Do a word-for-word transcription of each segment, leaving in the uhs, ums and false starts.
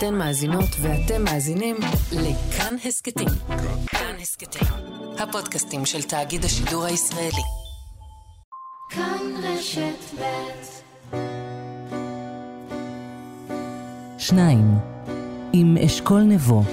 אתן מאזינות ואתם מאזינים לכאן הסקטים. כאן הסקטים, הפודקאסטים של תאגיד השידור הישראלי. כאן רשת ב' שניים, עם אשכול נבו.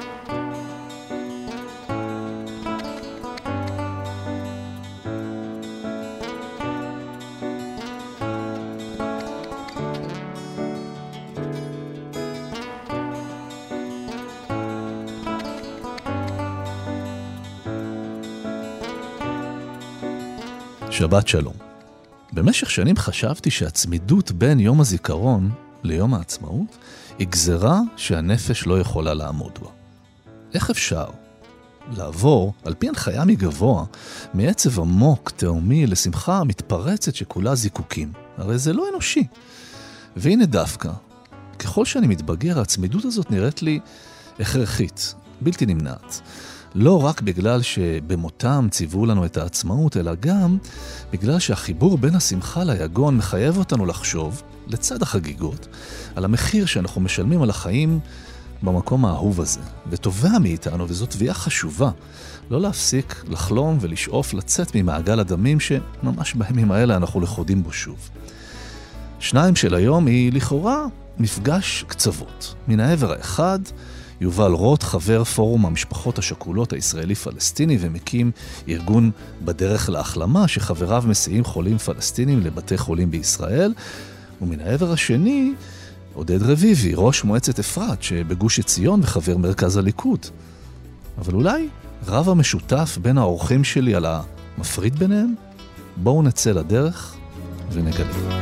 שבת שלום. במשך שנים חשבתי שהצמידות בין יום הזיכרון ליום העצמאות היא גזרה שהנפש לא יכולה לעמוד בה. איך אפשר לעבור, על פי הנחיה מגבוה, מעצב עמוק, תאומי, לשמחה מתפרצת שכולה זיקוקים? הרי זה לא אנושי. והנה דווקא, ככל שאני מתבגר, הצמידות הזאת נראית לי הכרחית, בלתי נמנעת. לא רק בגלל שבמותם ציוו לנו את העצמאות, אלא גם בגלל שהחיבור בין השמחה ליגון מחייב אותנו לחשוב, לצד החגיגות, על המחיר שאנחנו משלמים על החיים במקום האהוב הזה. ותובע מאיתנו, וזאת תביעה חשובה, לא להפסיק לחלום ולשאוף לצאת ממעגל הדמים שממש בימים האלה אנחנו לכודים בו שוב. שניים של היום היא לכאורה מפגש קצוות. מן העבר האחד, יובל רוט, חבר פורום המשפחות השכולות הישראלי-פלסטיני ומקים ארגון בדרך להחלמה שחבריו מסיעים חולים פלסטינים לבתי חולים בישראל. ומן העבר השני, עודד רביבי, ראש מועצת אפרת שבגוש עציון וחבר מרכז הליכוד. אבל אולי רב המשותף בין האורחים שלי על המפריד ביניהם? בואו נצא לדרך ונגלה.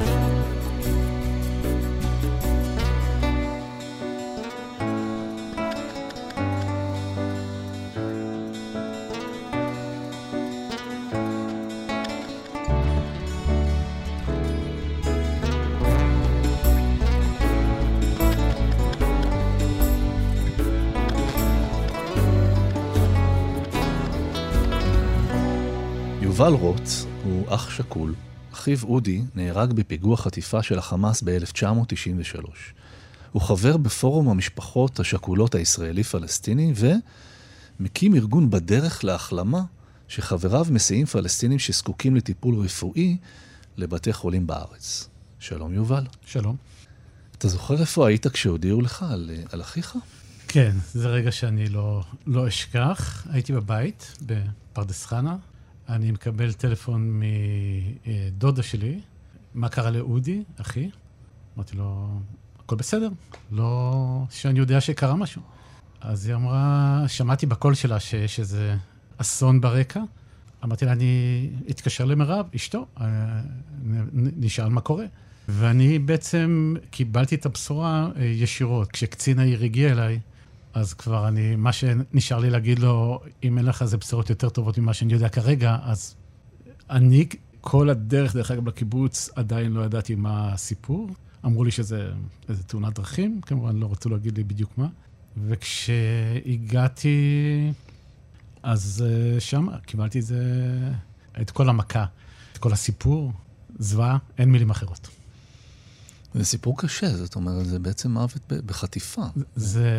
יובל רוט הוא אח שקול. אחיו אודי נהרג בפיגוע חטיפה של החמאס ב-אלף תשע מאות תשעים ושלוש. הוא חבר בפורום המשפחות השכולות הישראלי-פלסטיני ומקים ארגון בדרך להחלמה שחבריו מסיעים פלסטינים שזקוקים לטיפול רפואי לבתי חולים בארץ. שלום יובל. שלום. אתה זוכר איפה היית כשהודיעו לך על, על אחיך? כן, זה רגע שאני לא, לא אשכח. הייתי בבית בפרדס חנה. אני מקבל טלפון מדודה שלי, מה קרה לאודי, אחי? אמרתי לו, הכל בסדר, לא שאני יודע שקרה משהו. אז היא אמרה, שמעתי בקול שלה שיש איזה אסון ברקע. אמרתי לה, אני אתקשר למרב, אשתו, נשאל מה קורה. ואני בעצם קיבלתי את הבשורה ישירות. כשקצין העיר הגיע אליי, אז כבר אני, מה שנשאר לי להגיד לו, אם אין לך איזה בשורות יותר טובות ממה שאני יודע כרגע, אז אני כל הדרך, דרך אגב, לקיבוץ, עדיין לא ידעתי מה הסיפור. אמרו לי שזה איזה תאונת דרכים, כמובן לא רצו להגיד לי בדיוק מה. וכשהגעתי, אז שם קיבלתי את זה, את כל המכה, את כל הסיפור, זוועה, אין מילים אחרות. זה סיפור קשה, זאת אומרת, זה בעצם מוות בחטיפה. זה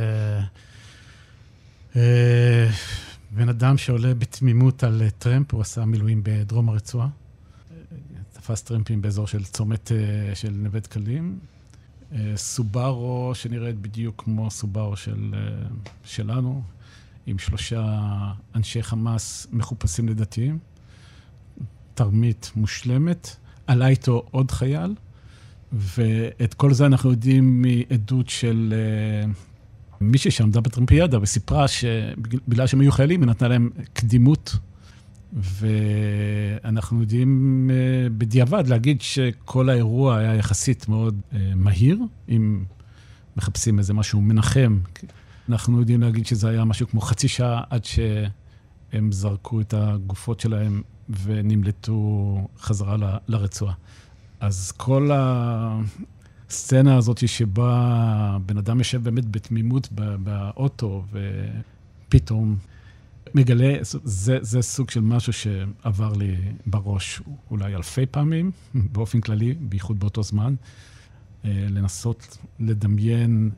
בן אדם שעולה בתמימות על טרמפ, הוא עשה מילואים בדרום הרצועה, תפס טרמפים באזור של צומת של נווה דקלים, סובארו שנראית בדיוק כמו סובארו של, שלנו, עם שלושה אנשי חמאס מחופשים לדתיים, תרמית מושלמת, עלה איתו עוד חייל, ואת כל זה אנחנו יודעים מעדות של uh, מישהי שעמדה בטרמפיאדה וסיפרה שבגלל שהם היו חיילים, היא נתנה להם קדימות, ואנחנו יודעים uh, בדיעבד להגיד שכל האירוע היה יחסית מאוד uh, מהיר, אם מחפשים איזה משהו מנחם. אנחנו יודעים להגיד שזה היה משהו כמו חצי שעה עד שהם זרקו את הגופות שלהם ונמלטו חזרה ל- לרצועה. אז כל הסצנה הזאת שבה בן אדם יושב באמת בתמימות באוטו ופתאום מגלה, זה, זה סוג של משהו שעבר לי בראש אולי אלפי פעמים, באופן כללי, בייחוד באותו זמן, לנסות לדמיין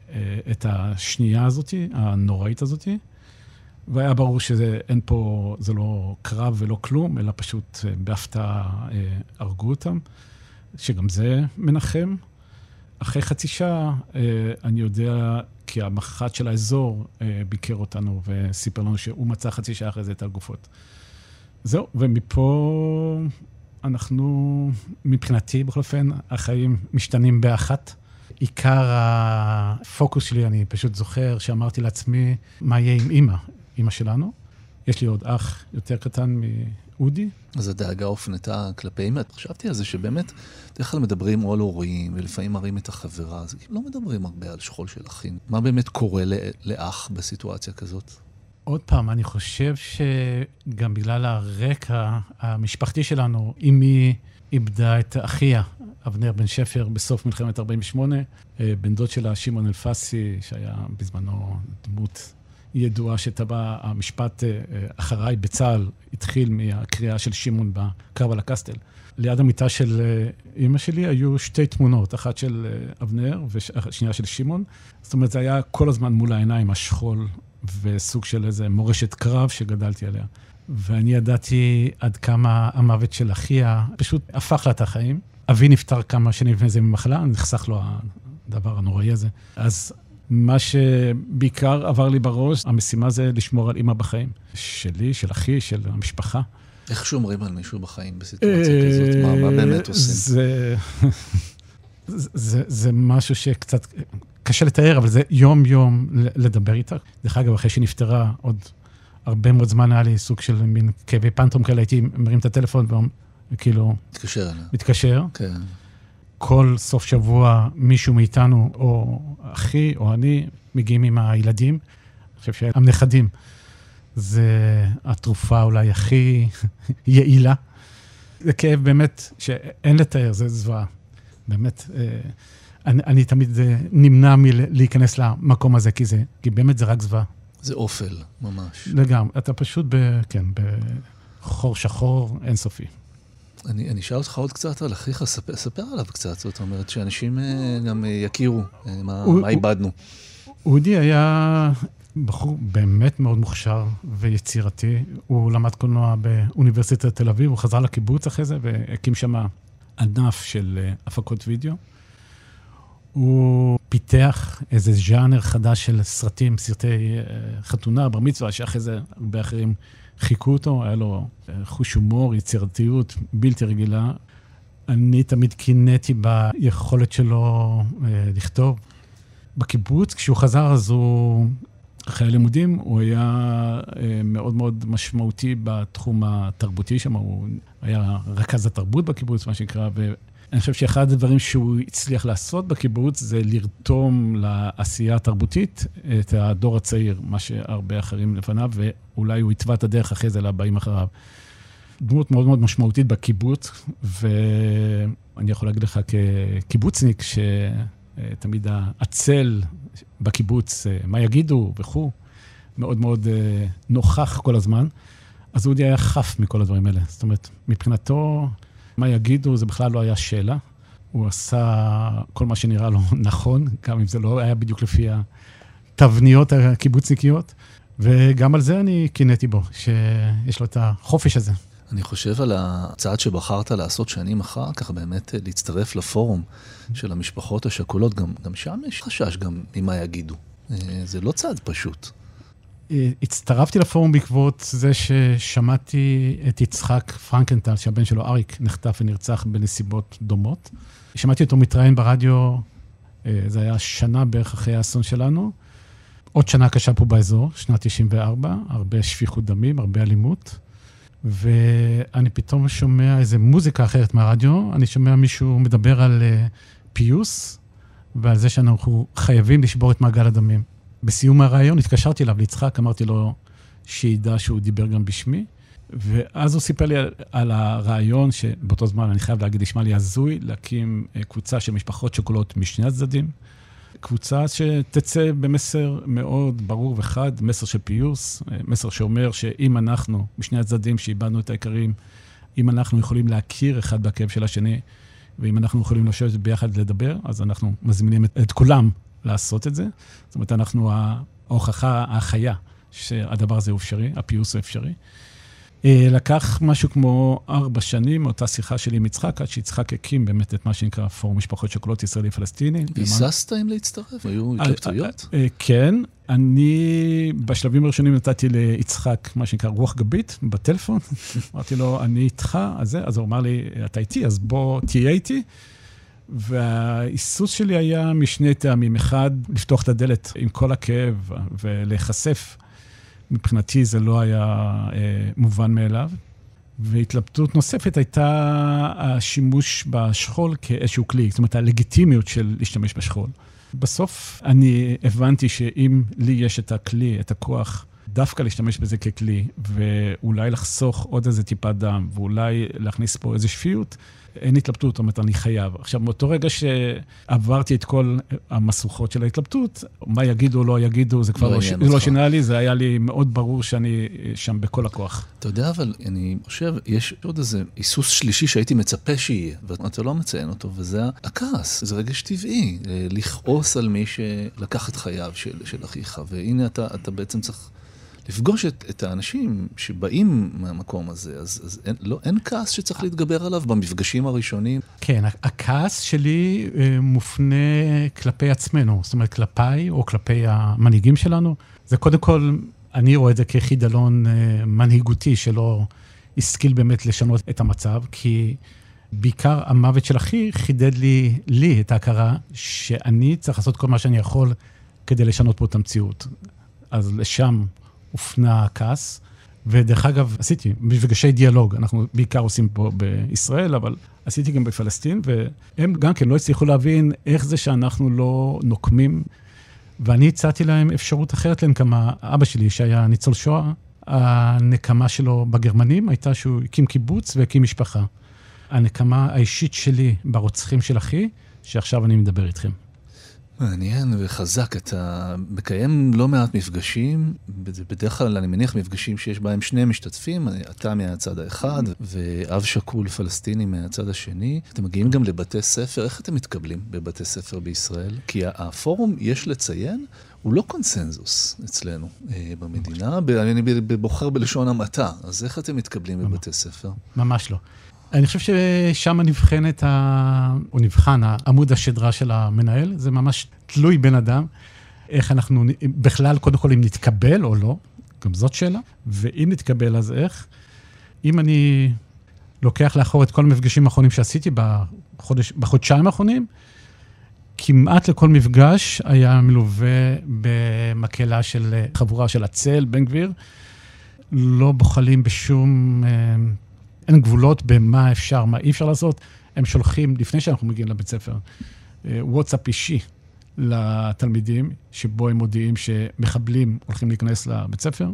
את השנייה הזאת, הנוראית הזאת, והיה ברור שאין פה, זה לא קרב ולא כלום, אלא פשוט בהפתעה הרגו אותם, שגם זה מנחם. אחרי חצי שעה, אני יודע, כי המח"ט של האזור ביקר אותנו וסיפר לנו שהוא מצא חצי שעה אחרי זה את הגופות. זהו, ומפה אנחנו, מבחינתי בכל אופן, החיים משתנים באחת. עיקר הפוקוס שלי, אני פשוט זוכר שאמרתי לעצמי, מה יהיה עם אמא, אמא שלנו. יש לי עוד אח יותר קטן מאודי. אז הדאגה הופנתה כלפי אמא. חשבתי על זה שבאמת, דרך כלל מדברים או על הורים, ולפעמים מראים את החברה. אז לא מדברים הרבה על שכול של אחים. מה באמת קורה לאח בסיטואציה כזאת? עוד פעם, אני חושב שגם בגלל הרקע המשפחתי שלנו, אמי איבדה את אחיה, אבנר בן שפר, בסוף מלחמת ארבעים ושמונה, בן דוד שלה, שמעון אלפסי, שהיה בזמנו דמות ידועה שטבע המשפט אחריי בצה"ל, התחיל מהקריאה של שמעון בקרב על הקסטל. ליד המיטה של אמא שלי היו שתי תמונות, אחת של אבנר ושנייה של שמעון. זאת אומרת, זה היה כל הזמן מול העיניים, השכול וסוג של איזה מורשת קרב שגדלתי עליה. ואני ידעתי עד כמה המוות של אחיה פשוט הפך לה את החיים. אבי נפטר כמה שנים לפני זה ממחלה, נחסך לו הדבר הנוראי הזה. אז מה שבעיקר עבר לי בראש, המשימה זה לשמור על אמא בחיים. שלי, של אחי, של המשפחה. איך שומרים על מישהו בחיים בסיטואציה כזאת? מה, מה באמת עושים? זה, זה, זה משהו שקצת קשה לתאר, אבל זה יום-יום לדבר איתה. דרך אגב, אחרי שנפטרה, עוד הרבה מאוד זמן היה לי סוג של מין כאבי פנטום כאלה, הייתי מרים את הטלפון וכאילו... מתקשר אליה. מתקשר. כן. כל סוף שבוע מישהו מאיתנו, או אחי או אני, מגיעים עם הילדים. אני חושב שהנכדים, זה התרופה אולי הכי יעילה. זה כאב באמת שאין לתאר, זה זוועה. באמת, אני, אני תמיד נמנע מלהיכנס למקום הזה, כי זה, כי באמת זה רק זוועה. זה אופל, ממש. לגמרי, אתה פשוט ב, כן, בחור שחור אינסופי. אני, אני שאל אותך עוד קצת על אחיך, ספר, ספר עליו קצת, זאת אומרת, שאנשים גם יכירו מה, הוא, מה איבדנו. אודי היה בחור באמת מאוד מוכשר ויצירתי. הוא למד קולנוע באוניברסיטת תל אביב, הוא חזר לקיבוץ אחרי זה והקים שם ענף של הפקות וידאו. הוא פיתח איזה ז'אנר חדש של סרטים, סרטי חתונה, בר מצווה, שאחרי זה הרבה אחרים חיכו אותו, היה לו חוש הומור, יצירתיות בלתי רגילה. אני תמיד קינאתי ביכולת שלו לכתוב. בקיבוץ, כשהוא חזר, אז הוא, אחרי הלימודים, הוא היה מאוד מאוד משמעותי בתחום התרבותי שם, הוא היה רכז התרבות בקיבוץ, מה שנקרא, ואני חושב שאחד הדברים שהוא הצליח לעשות בקיבוץ, זה לרתום לעשייה התרבותית את הדור הצעיר, מה שהרבה אחרים לפניו, ואולי הוא יתבע את הדרך אחרי זה לבאים אחריו. דמות מאוד מאוד משמעותית בקיבוץ, ואני יכול להגיד לך כקיבוצניק, שתמיד העצל בקיבוץ, מה יגידו וכו', מאוד מאוד נוכח כל הזמן, אז אודי היה חף מכל הדברים האלה. זאת אומרת, מבחינתו, מה יגידו, זה בכלל לא היה שאלה. הוא עשה כל מה שנראה לו נכון, גם אם זה לא היה בדיוק לפי התבניות הקיבוצניקיות, וגם על זה אני קינאתי בו, שיש לו את החופש הזה. אני חושב על הצעד שבחרת לעשות שנים אחר כך, באמת להצטרף לפורום של המשפחות השכולות, גם, גם שם יש חשש גם ממה יגידו. זה לא צעד פשוט. הצטרפתי לפורום בעקבות זה ששמעתי את יצחק פרנקנטל, שהבן שלו אריק נחטף ונרצח בנסיבות דומות. שמעתי אותו מתראיין ברדיו, זה היה שנה בערך אחרי האסון שלנו. עוד שנה קשה פה באזור, שנת תשעים וארבע, הרבה שפיכות דמים, הרבה אלימות. ואני פתאום שומע איזו מוזיקה אחרת מהרדיו, אני שומע מישהו מדבר על פיוס, ועל זה שאנחנו חייבים לשבור את מעגל הדמים. בסיום הרעיון התקשרתי אליו ליצחק, אמרתי לו שידע שהוא דיבר גם בשמי, ואז הוא סיפר לי על, על הרעיון שבאותו זמן אני חייב להגיד, נשמע לי הזוי, להקים קבוצה של משפחות שכולות משני הצדדים, קבוצה שתצא במסר מאוד ברור וחד, מסר של פיוס, מסר שאומר שאם אנחנו, משני הצדדים שאיבדנו את העיקרים, אם אנחנו יכולים להכיר אחד בכאב של השני, ואם אנחנו יכולים לשבת ביחד לדבר, אז אנחנו מזמינים את, את כולם לעשות את זה. זאת אומרת, אנחנו ההוכחה החיה שהדבר הזה הוא אפשרי, הפיוס הוא אפשרי. לקח משהו כמו ארבע שנים, אותה שיחה שלי עם יצחק, עד שיצחק הקים באמת את מה שנקרא פורום משפחות שכולות ישראלי-פלסטיני. היססת אם להצטרף? היו התלבטויות? כן, אני בשלבים הראשונים נתתי ליצחק מה שנקרא רוח גבית בטלפון. אמרתי לו, אני איתך, אז הוא אמר לי, אתה איתי, אז בוא תהיה איתי. וההיסוס שלי היה משני טעמים. אחד, לפתוח את הדלת עם כל הכאב ולהיחשף. מבחינתי זה לא היה אה, מובן מאליו. והתלבטות נוספת הייתה השימוש בשכול כאיזשהו כלי, זאת אומרת, הלגיטימיות של להשתמש בשכול. בסוף אני הבנתי שאם לי יש את הכלי, את הכוח, דווקא להשתמש בזה ככלי, ואולי לחסוך עוד איזה טיפת דם, ואולי להכניס פה איזו שפיות, אין התלבטות, זאת אומרת, אני חייב. עכשיו, מאותו רגע שעברתי את כל המסוכות של ההתלבטות, מה יגידו או לא יגידו, זה כבר לא, לא, לא שינה לי, זה היה לי מאוד ברור שאני שם בכל הכוח. אתה יודע, אבל אני חושב, יש עוד איזה היסוס שלישי שהייתי מצפה שיהיה, ואתה לא מציין אותו, וזה הכעס, זה רגש טבעי, לכעוס על מי שלקח את חייו של, של אחיך, והנה אתה, אתה בעצם צריך לפגוש את, את האנשים שבאים מהמקום הזה, אז, אז אין, לא, אין כעס שצריך להתגבר עליו במפגשים הראשונים. כן, הכעס שלי מופנה כלפי עצמנו, זאת אומרת, כלפיי או כלפי המנהיגים שלנו. זה קודם כל, אני רואה את זה כחידלון מנהיגותי שלא השכיל באמת לשנות את המצב, כי בעיקר המוות של אחי חידד לי, לי את ההכרה שאני צריך לעשות כל מה שאני יכול כדי לשנות פה את המציאות. אז לשם הופנה הכעס, ודרך אגב, עשיתי מפגשי דיאלוג, אנחנו בעיקר עושים פה בישראל, אבל עשיתי גם בפלסטין, והם גם כן לא הצליחו להבין איך זה שאנחנו לא נוקמים, ואני הצעתי להם אפשרות אחרת לנקמה. אבא שלי, שהיה ניצול שואה, הנקמה שלו בגרמנים הייתה שהוא הקים קיבוץ והקים משפחה. הנקמה האישית שלי ברוצחים של אחי, שעכשיו אני מדבר איתכם. מעניין וחזק, אתה מקיים לא מעט מפגשים, בדרך כלל אני מניח מפגשים שיש בהם שני משתתפים, אתה מהצד האחד ואב שקול פלסטיני מהצד השני. אתם מגיעים גם לבתי ספר, איך אתם מתקבלים בבתי ספר בישראל? כי הפורום, יש לציין, הוא לא קונסנזוס אצלנו במדינה, אני בוחר בלשון המעטה, אז איך אתם מתקבלים בבתי ספר? ממש לא. אני חושב ששם נבחן את ה... או נבחן העמוד השדרה של המנהל, זה ממש תלוי בן אדם, איך אנחנו בכלל, קודם כל, אם נתקבל או לא, גם זאת שאלה, ואם נתקבל אז איך. אם אני לוקח לאחור את כל המפגשים האחרונים שעשיתי בחודש, בחודשיים האחרונים, כמעט לכל מפגש היה מלווה במקהלה של חבורה של הצל, בן גביר, לא בוחלים בשום... אין גבולות במה אפשר, מה אי אפשר לעשות. הם שולחים, לפני שאנחנו מגיעים לבית ספר, וואטסאפ אישי לתלמידים, שבו הם מודיעים שמחבלים הולכים להיכנס לבית ספר,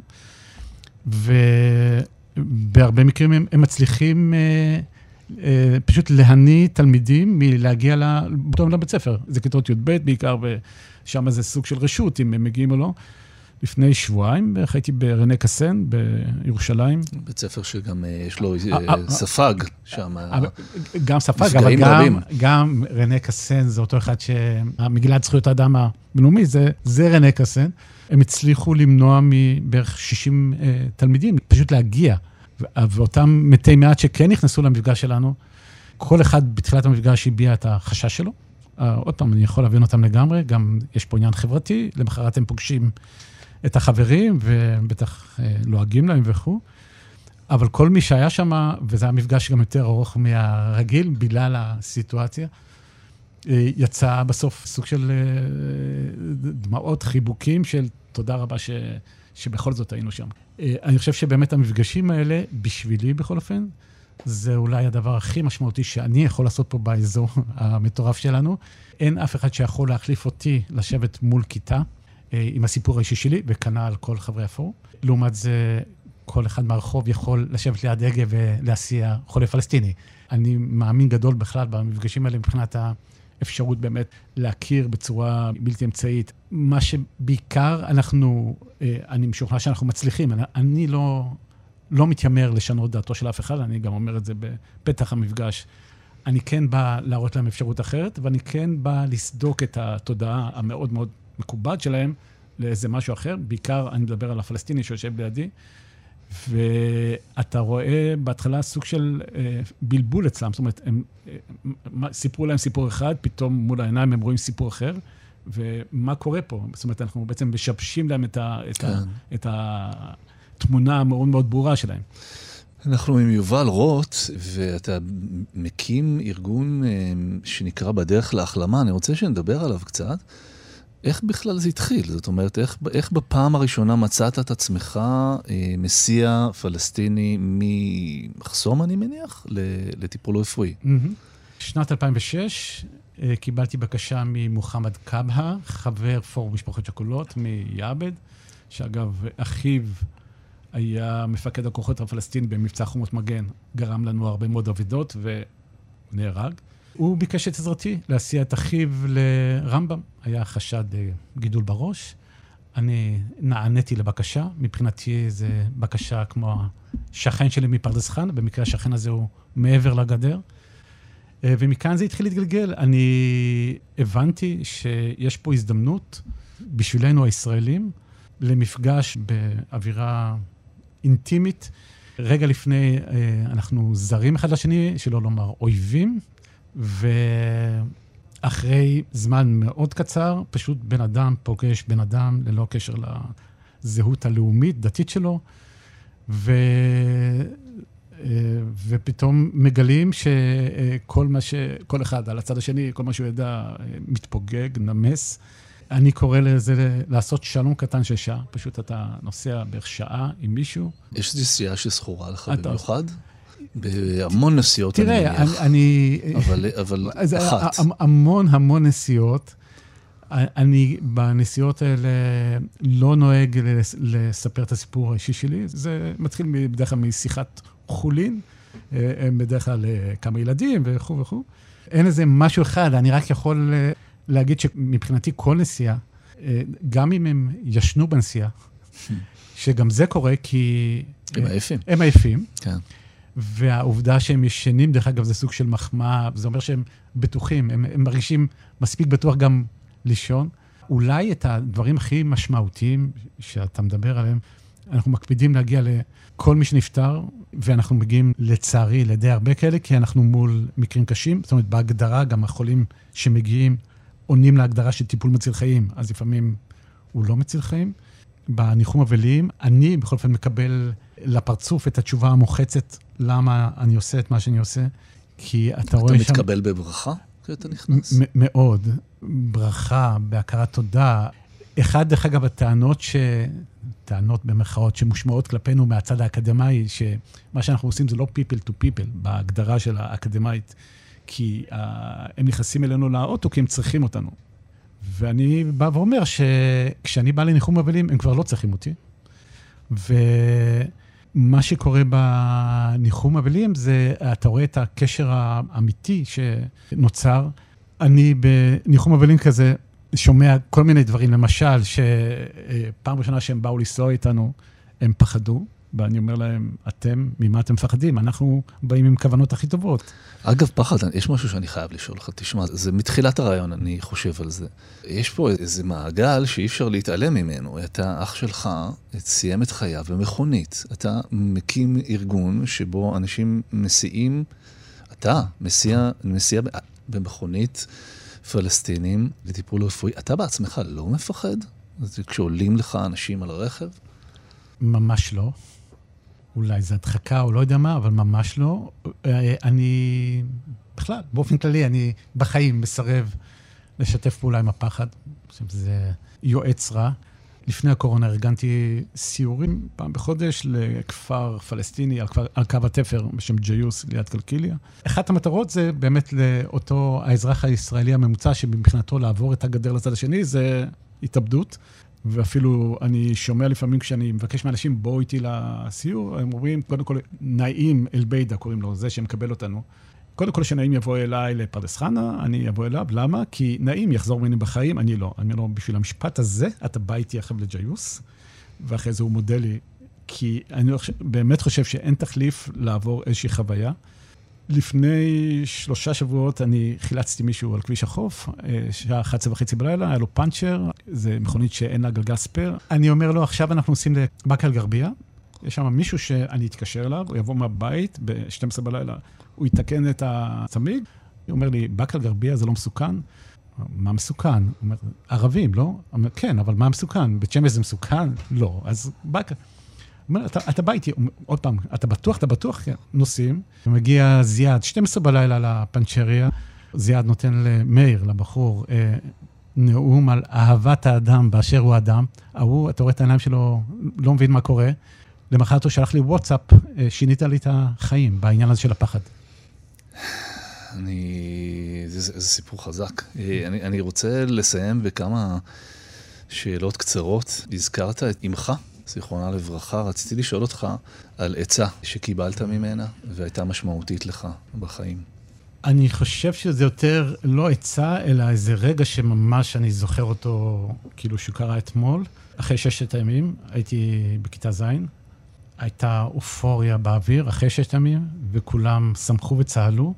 ובהרבה מקרים הם, הם מצליחים אה, אה, פשוט להניע תלמידים מלהגיע לבית ספר. זה כיתות י' ב' בעיקר, ושם זה סוג של רשות, אם הם מגיעים או לא. לפני שבועיים, הייתי ברנה קסן, בירושלים. בית ספר שגם יש לו ספג שם. גם ספג, אבל גם רנה קסן, זה אותו אחד שהמגילת זכויות האדם הבינלאומי, זה רנה קסן. הם הצליחו למנוע מבערך שישים תלמידים, פשוט להגיע. ואותם מתי מעט שכן נכנסו למפגש שלנו, כל אחד בתחילת המפגש הביע את החשש שלו. עוד פעם, אני יכול להבין אותם לגמרי, גם יש פה עניין חברתי, למחרת הם פוגשים את החברים, ובטח לועגים להם וכו'. אבל כל מי שהיה שם, וזה היה מפגש גם יותר ארוך מהרגיל, בגלל הסיטואציה, יצא בסוף סוג של דמעות, חיבוקים של תודה רבה ש, שבכל זאת היינו שם. אני חושב שבאמת המפגשים האלה, בשבילי בכל אופן, זה אולי הדבר הכי משמעותי שאני יכול לעשות פה באזור המטורף שלנו. אין אף אחד שיכול להחליף אותי לשבת מול כיתה, עם הסיפור האישי שלי, וכנ"ל על כל חברי הפורום. לעומת זה, כל אחד מהרחוב יכול לשבת ליד הגה ולהסיע חולה פלסטיני. אני מאמין גדול בכלל במפגשים האלה, מבחינת האפשרות באמת להכיר בצורה בלתי אמצעית. מה שבעיקר אנחנו, אני משוכנע שאנחנו מצליחים. אני לא, לא מתיימר לשנות דעתו של אף אחד, אני גם אומר את זה בפתח המפגש. אני כן בא להראות להם אפשרות אחרת, ואני כן בא לסדוק את התודעה המאוד מאוד מקובעת שלהם לאיזה משהו אחר. בעיקר אני מדבר על הפלסטיני שיושב לידי, ואתה רואה בהתחלה סוג של אה, בלבול אצלם. זאת אומרת, הם אה, סיפרו להם סיפור אחד, פתאום מול העיניים הם רואים סיפור אחר, ומה קורה פה? זאת אומרת, אנחנו בעצם משבשים להם את, ה, את, כן. ה, את התמונה המאוד מאוד ברורה שלהם. אנחנו עם יובל רוט, ואתה מקים ארגון שנקרא בדרך להחלמה. אני רוצה שנדבר עליו קצת. איך בכלל זה התחיל? זאת אומרת, איך, איך בפעם הראשונה מצאת את עצמך מסיע פלסטיני ממחסום, אני מניח, לטיפול רפואי? שנת אלפיים ושש קיבלתי בקשה ממוחמד קבהה, חבר פורום משפחות שכולות מיעבד, שאגב, אחיו היה מפקד הכוחות הפלסטיני במבצע חומות מגן, גרם לנו הרבה מאוד עבודות ונהרג. הוא ביקש את עזרתי להסיע את אחיו לרמב"ם. היה חשד גידול בראש. אני נעניתי לבקשה. מבחינתי זו בקשה כמו השכן שלי מפרדס חנה. במקרה השכן הזה הוא מעבר לגדר. ומכאן זה התחיל להתגלגל. אני הבנתי שיש פה הזדמנות בשבילנו הישראלים למפגש באווירה אינטימית. רגע לפני אנחנו זרים אחד לשני, שלא לומר אויבים, ואחרי זמן מאוד קצר, פשוט בן אדם פוגש בן אדם ללא קשר לזהות הלאומית, דתית שלו, ו... ופתאום מגלים שכל מה ש... כל אחד על הצד השני, כל מה שהוא ידע מתפוגג, נמס. אני קורא לזה לעשות שלום קטן של שעה. פשוט אתה נוסע בערך שעה עם מישהו. יש איזו נסיעה שזכורה לך במיוחד? בהמון נסיעות, אני מניח. תראה, אני... אבל אחת. המון המון נסיעות. אני בנסיעות האלה לא נוהג לספר את הסיפור האישי שלי. זה מתחיל בדרך כלל משיחת חולין, בדרך כלל כמה ילדים וכו' וכו'. אין איזה משהו אחד, אני רק יכול להגיד שמבחינתי כל נסיעה, גם אם הם ישנו בנסיעה, שגם זה קורה כי... הם עייפים. הם עייפים. כן. והעובדה שהם ישנים, דרך אגב, זה סוג של מחמאה, זה אומר שהם בטוחים, הם, הם מרגישים מספיק בטוח גם לישון. אולי את הדברים הכי משמעותיים שאתה מדבר עליהם, אנחנו מקפידים להגיע לכל מי שנפטר, ואנחנו מגיעים לצערי לידי הרבה כאלה, כי אנחנו מול מקרים קשים, זאת אומרת, בהגדרה גם החולים שמגיעים, עונים להגדרה של טיפול מציל חיים, אז לפעמים הוא לא מציל חיים. בניחום אבלים, אני בכל אופן מקבל לפרצוף את התשובה המוחצת, למה אני עושה את מה שאני עושה, כי אתה רואה שם... אתה מתקבל בברכה כשאתה נכנס? מאוד. ברכה, בהכרת תודה. אחד, דרך אגב, הטענות ש... טענות במחאות שמושמעות כלפינו מהצד האקדמי, שמה שאנחנו עושים זה לא people to people, בהגדרה של האקדמית, כי uh, הם נכנסים אלינו לאוטו, כי הם צריכים אותנו. ואני בא ואומר שכשאני בא לניחום אבלים, הם כבר לא צריכים אותי. ומה שקורה בניחום אבלים, זה, אתה רואה את הקשר האמיתי שנוצר. אני בניחום אבלים כזה שומע כל מיני דברים, למשל, שפעם ראשונה שהם באו לנסוע איתנו, הם פחדו, ואני אומר להם, אתם, ממה אתם מפחדים? אנחנו באים עם כוונות הכי טובות. אגב, פחד, יש משהו שאני חייב לשאול לך, תשמע, זה מתחילת הרעיון, אני חושב על זה. יש פה איזה מעגל שאי אפשר להתעלם ממנו. אתה, אח שלך, סיים את חייו במכונית. אתה מקים ארגון שבו אנשים מסיעים, אתה מסיע, מסיע במכונית פלסטינים לטיפול רפואי. אתה בעצמך לא מפחד? כשעולים לך אנשים על הרכב? ממש לא. אולי זה הדחקה או לא יודע מה, אבל ממש לא. אני, בכלל, באופן כללי, אני בחיים מסרב לשתף פעולה עם הפחד. זה יועץ רע. לפני הקורונה ארגנתי סיורים פעם בחודש לכפר פלסטיני על, כפר, על קו התפר בשם ג'יוס ליד קלקיליה. אחת המטרות זה באמת לאותו האזרח הישראלי הממוצע שמבחינתו לעבור את הגדר לצד השני, זה התאבדות. ואפילו אני שומע לפעמים כשאני מבקש מאנשים, בואו איתי לסיור, הם אומרים, קודם כל, נעים אל בידה, קוראים לו, זה שמקבל אותנו. קודם כל, שנעים יבוא אליי לפרדס חנה, אני אבוא אליו, למה? כי נעים יחזור ממני בחיים, אני לא. אני לא, בשביל המשפט הזה, אתה בא איתי עכשיו לג'יוס, ואחרי זה הוא מודה לי, כי אני באמת חושב שאין תחליף לעבור איזושהי חוויה. לפני שלושה שבועות אני חילצתי מישהו על כביש החוף, שעה אחת עשרה וחצי בלילה, היה לו פאנצ'ר, זה מכונית שאין לה גלגל ספר. אני אומר לו, עכשיו אנחנו נוסעים לבאקה אל-גרבייה, יש שם מישהו שאני אתקשר אליו, הוא יבוא מהבית ב-שתים עשרה בלילה, הוא יתקן את הצמיג, הוא אומר לי, באקה אל-גרבייה זה לא מסוכן? מה מסוכן? הוא אומר, ערבים, לא? אומר, כן, אבל מה מסוכן? בית שמש זה מסוכן? לא. אז באקה. הוא אומר, אתה, אתה בא איתי, עוד פעם, אתה בטוח, אתה בטוח? כן. נוסעים, ומגיע זיאד, שתים עשרה בלילה לפנצ'ריה, זיאד נותן למאיר, לבחור, אה, נאום על אהבת האדם באשר הוא אדם. ההוא, אתה רואה את העיניים שלו, לא מבין מה קורה. למחרת הוא שלח לי וואטסאפ, אה, שינית לי את החיים בעניין הזה של הפחד. אני... זה, זה, זה סיפור חזק. אני, אני רוצה לסיים בכמה שאלות קצרות. הזכרת את אמך, זיכרונה לברכה. רציתי לשאול אותך על עצה שקיבלת ממנה והייתה משמעותית לך בחיים. אני חושב שזה יותר לא עצה, אלא איזה רגע שממש אני זוכר אותו, כאילו שקרה אתמול. אחרי ששת הימים, הייתי בכיתה זין. הייתה אופוריה באוויר אחרי ששת הימים, וכולם שמחו וצהלו.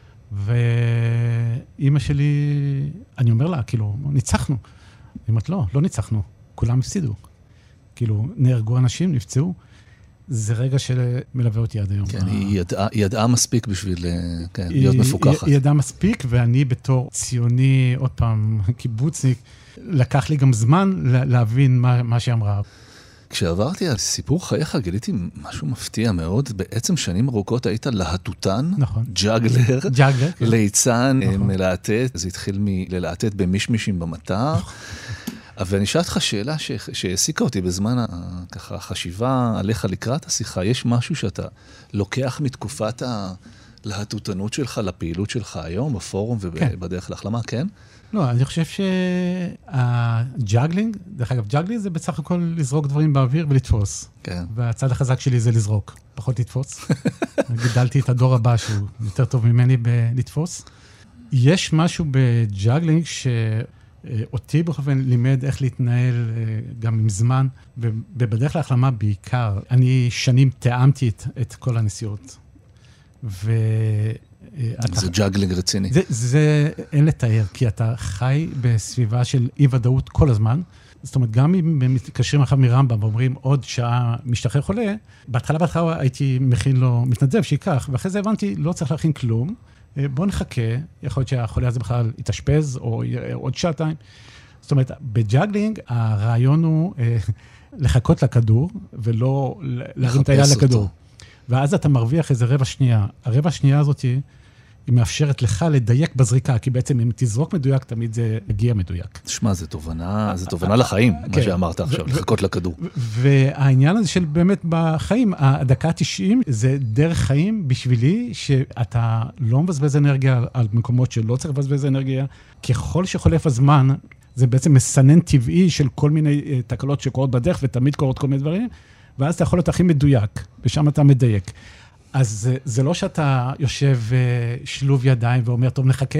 ואימא שלי, אני אומר לה, כאילו, ניצחנו. היא אומרת, לא, לא ניצחנו, כולם הפסידו. כאילו, נהרגו אנשים, נפצעו. זה רגע שמלווה אותי עד היום. כן, היא ידעה, היא ידעה מספיק בשביל כן, להיות מפוקחת. היא ידעה מספיק, ואני בתור ציוני, עוד פעם, קיבוצניק, לקח לי גם זמן להבין מה, מה שאמרה. כשעברתי על סיפור חייך, גיליתי משהו מפתיע מאוד. בעצם שנים ארוכות היית להטוטן, נכון. ג'אגלר, ג'אגלר, כן. ליצן, נכון. מלהטט. זה התחיל מלהטט במישמישים במטר. נכון. ואני שאלת לך שאלה ש... שהעסיקה אותי בזמן ה... ככה, החשיבה עליך לקראת השיחה. יש משהו שאתה לוקח מתקופת הלהטוטנות שלך לפעילות שלך היום, בפורום ובדרך כן. להחלמה, כן? לא, אני חושב שהג'אגלינג, דרך אגב, ג'אגלינג זה בסך הכל לזרוק דברים באוויר ולתפוס. כן. והצד החזק שלי זה לזרוק, פחות לתפוס. גידלתי את הדור הבא שהוא יותר טוב ממני בלתפוס. יש משהו בג'אגלינג שאותי בכוון לימד איך להתנהל גם עם זמן, ובדרך להחלמה בעיקר. אני שנים תאמתי את, את כל הנסיעות. ו... זה ג'אגלינג רציני. זה, זה אין לתאר, כי אתה חי בסביבה של אי-ודאות כל הזמן. זאת אומרת, גם אם מתקשרים אחר מרמב"ם ואומרים עוד שעה משתחרר חולה, בהתחלה בהתחלה הייתי מכין לו מתנדב שיקח, ואחרי זה הבנתי, לא צריך להכין כלום. בוא נחכה, יכול להיות שהחולה הזה בכלל יתאשפז, או עוד שעתיים. זאת אומרת, בג'אגלינג הרעיון הוא לחכות לכדור, ולא להרים את היד לכדור. ואז אתה מרוויח איזה רבע שנייה. הרבע שנייה הזאת היא מאפשרת לך לדייק בזריקה, כי בעצם אם תזרוק מדויק, תמיד זה יגיע מדויק. תשמע, זה תובנה, זה תובנה לחיים, מה שאמרת עכשיו, לחכות לכדור. והעניין הזה של באמת בחיים, הדקה ה-תשעים זה דרך חיים בשבילי, שאתה לא מבזבז אנרגיה על מקומות שלא צריך לבזבז אנרגיה, ככל שחולף הזמן, זה בעצם מסנן טבעי של כל מיני תקלות שקורות בדרך, ותמיד קורות כל מיני דברים, ואז אתה יכול להיות הכי מדויק, ושם אתה מדייק. אז זה, זה לא שאתה יושב שלוב ידיים ואומר, טוב, נחכה.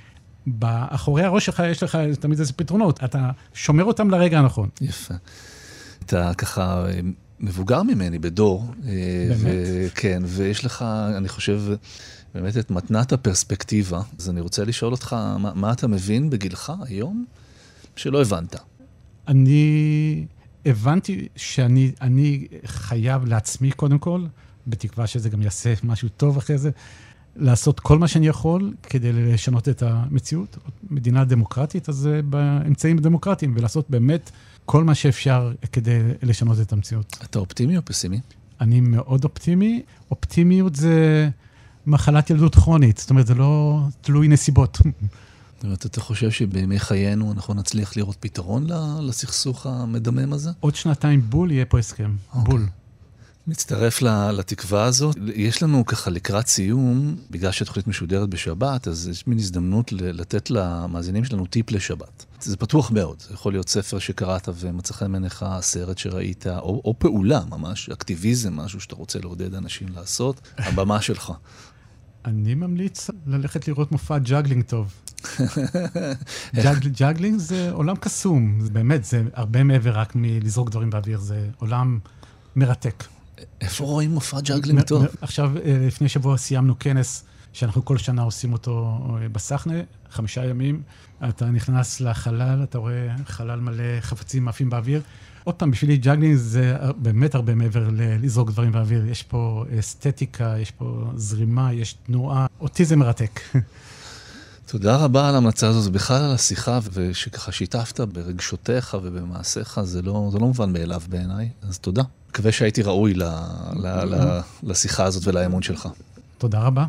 באחורי הראש שלך יש לך תמיד איזה פתרונות. אתה שומר אותם לרגע הנכון. יפה. אתה ככה מבוגר ממני בדור. באמת? כן, ויש לך, אני חושב, באמת את מתנת הפרספקטיבה. אז אני רוצה לשאול אותך, מה, מה אתה מבין בגילך היום שלא הבנת? אני... הבנתי שאני אני חייב לעצמי קודם כל, בתקווה שזה גם יעשה משהו טוב אחרי זה, לעשות כל מה שאני יכול כדי לשנות את המציאות. מדינה דמוקרטית, אז באמצעים דמוקרטיים, ולעשות באמת כל מה שאפשר כדי לשנות את המציאות. אתה אופטימי או פסימי? אני מאוד אופטימי. אופטימיות זה מחלת ילדות כרונית, זאת אומרת, זה לא תלוי נסיבות. אתה חושב שבימי חיינו אנחנו נצליח לראות פתרון לסכסוך המדמם הזה? עוד שנתיים בול יהיה פה הסכם. בול. מצטרף לתקווה הזאת. יש לנו ככה לקראת סיום, בגלל שהתוכנית משודרת בשבת, אז יש מין הזדמנות לתת למאזינים שלנו טיפ לשבת. זה פתוח מאוד. זה יכול להיות ספר שקראת ומצא חן בעיניך, סרט שראית, או, או פעולה ממש, אקטיביזם, משהו שאתה רוצה לעודד אנשים לעשות. הבמה שלך. אני ממליץ ללכת לראות מופע ג'אגלינג טוב. ג'אגלינג זה עולם קסום. באמת, זה הרבה מעבר רק מלזרוק דברים באוויר. זה עולם מרתק. איפה רואים מופע ג'אגלינג טוב? עכשיו, לפני שבוע סיימנו כנס שאנחנו כל שנה עושים אותו בסחנה, חמישה ימים. אתה נכנס לחלל, אתה רואה חלל מלא חפצים עפים באוויר. עוד פעם, בשבילי ג'אגלינג זה באמת הרבה מעבר לזרוק דברים באוויר. יש פה אסתטיקה, יש פה זרימה, יש תנועה. אותי זה מרתק. תודה רבה על ההמלצה הזו, זה בכלל על השיחה, ושככה שיתפת ברגשותיך ובמעשיך, זה לא, זה לא מובן מאליו בעיניי, אז תודה. מקווה שהייתי ראוי ל, ל, ל, לשיחה הזאת ולאמון שלך. תודה רבה.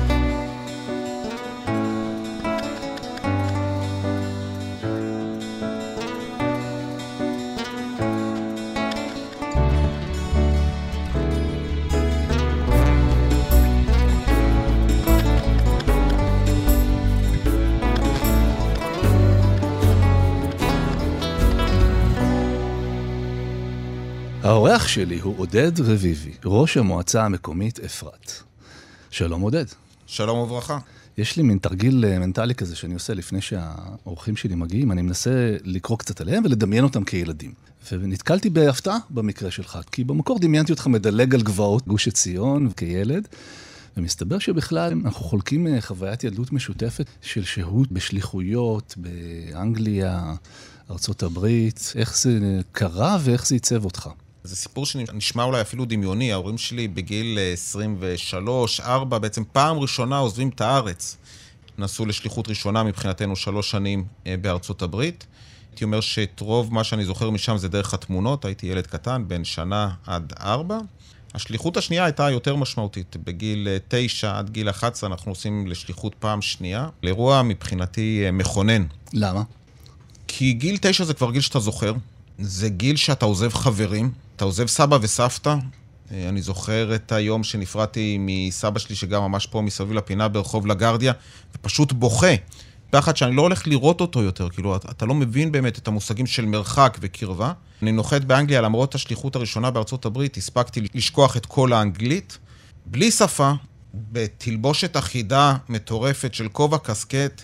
האורח שלי הוא עודד רביבי, ראש המועצה המקומית אפרת. שלום עודד. שלום וברכה. יש לי מין תרגיל מנטלי כזה שאני עושה לפני שהאורחים שלי מגיעים, אני מנסה לקרוא קצת עליהם ולדמיין אותם כילדים. ונתקלתי בהפתעה במקרה שלך, כי במקור דמיינתי אותך מדלג על גבעות גוש עציון כילד, ומסתבר שבכלל אנחנו חולקים חוויית ילדות משותפת של שהות בשליחויות, באנגליה, ארצות הברית. איך זה קרה ואיך זה ייצב אותך? זה סיפור שנשמע אולי אפילו דמיוני. ההורים שלי בגיל עשרים ושלוש ארבע, בעצם פעם ראשונה עוזבים את הארץ. נסעו לשליחות ראשונה מבחינתנו שלוש שנים בארצות הברית. הייתי אומר שאת רוב מה שאני זוכר משם זה דרך התמונות. הייתי ילד קטן, בין שנה עד ארבע. השליחות השנייה הייתה יותר משמעותית. בגיל תשע עד גיל אחת עשרה אנחנו עושים לשליחות פעם שנייה. לאירוע מבחינתי מכונן. למה? כי גיל תשע זה כבר גיל שאתה זוכר. זה גיל שאתה עוזב חברים. אתה עוזב סבא וסבתא. אני זוכר את היום שנפרדתי מסבא שלי שגר ממש פה מסביב לפינה ברחוב לגרדיה, ופשוט בוכה. פחד שאני לא הולך לראות אותו יותר, כאילו אתה לא מבין באמת את המושגים של מרחק וקרבה. אני נוחת באנגליה, למרות השליחות הראשונה בארצות הברית, הספקתי לשכוח את כל האנגלית, בלי שפה, בתלבושת אחידה מטורפת של כובע קסקט,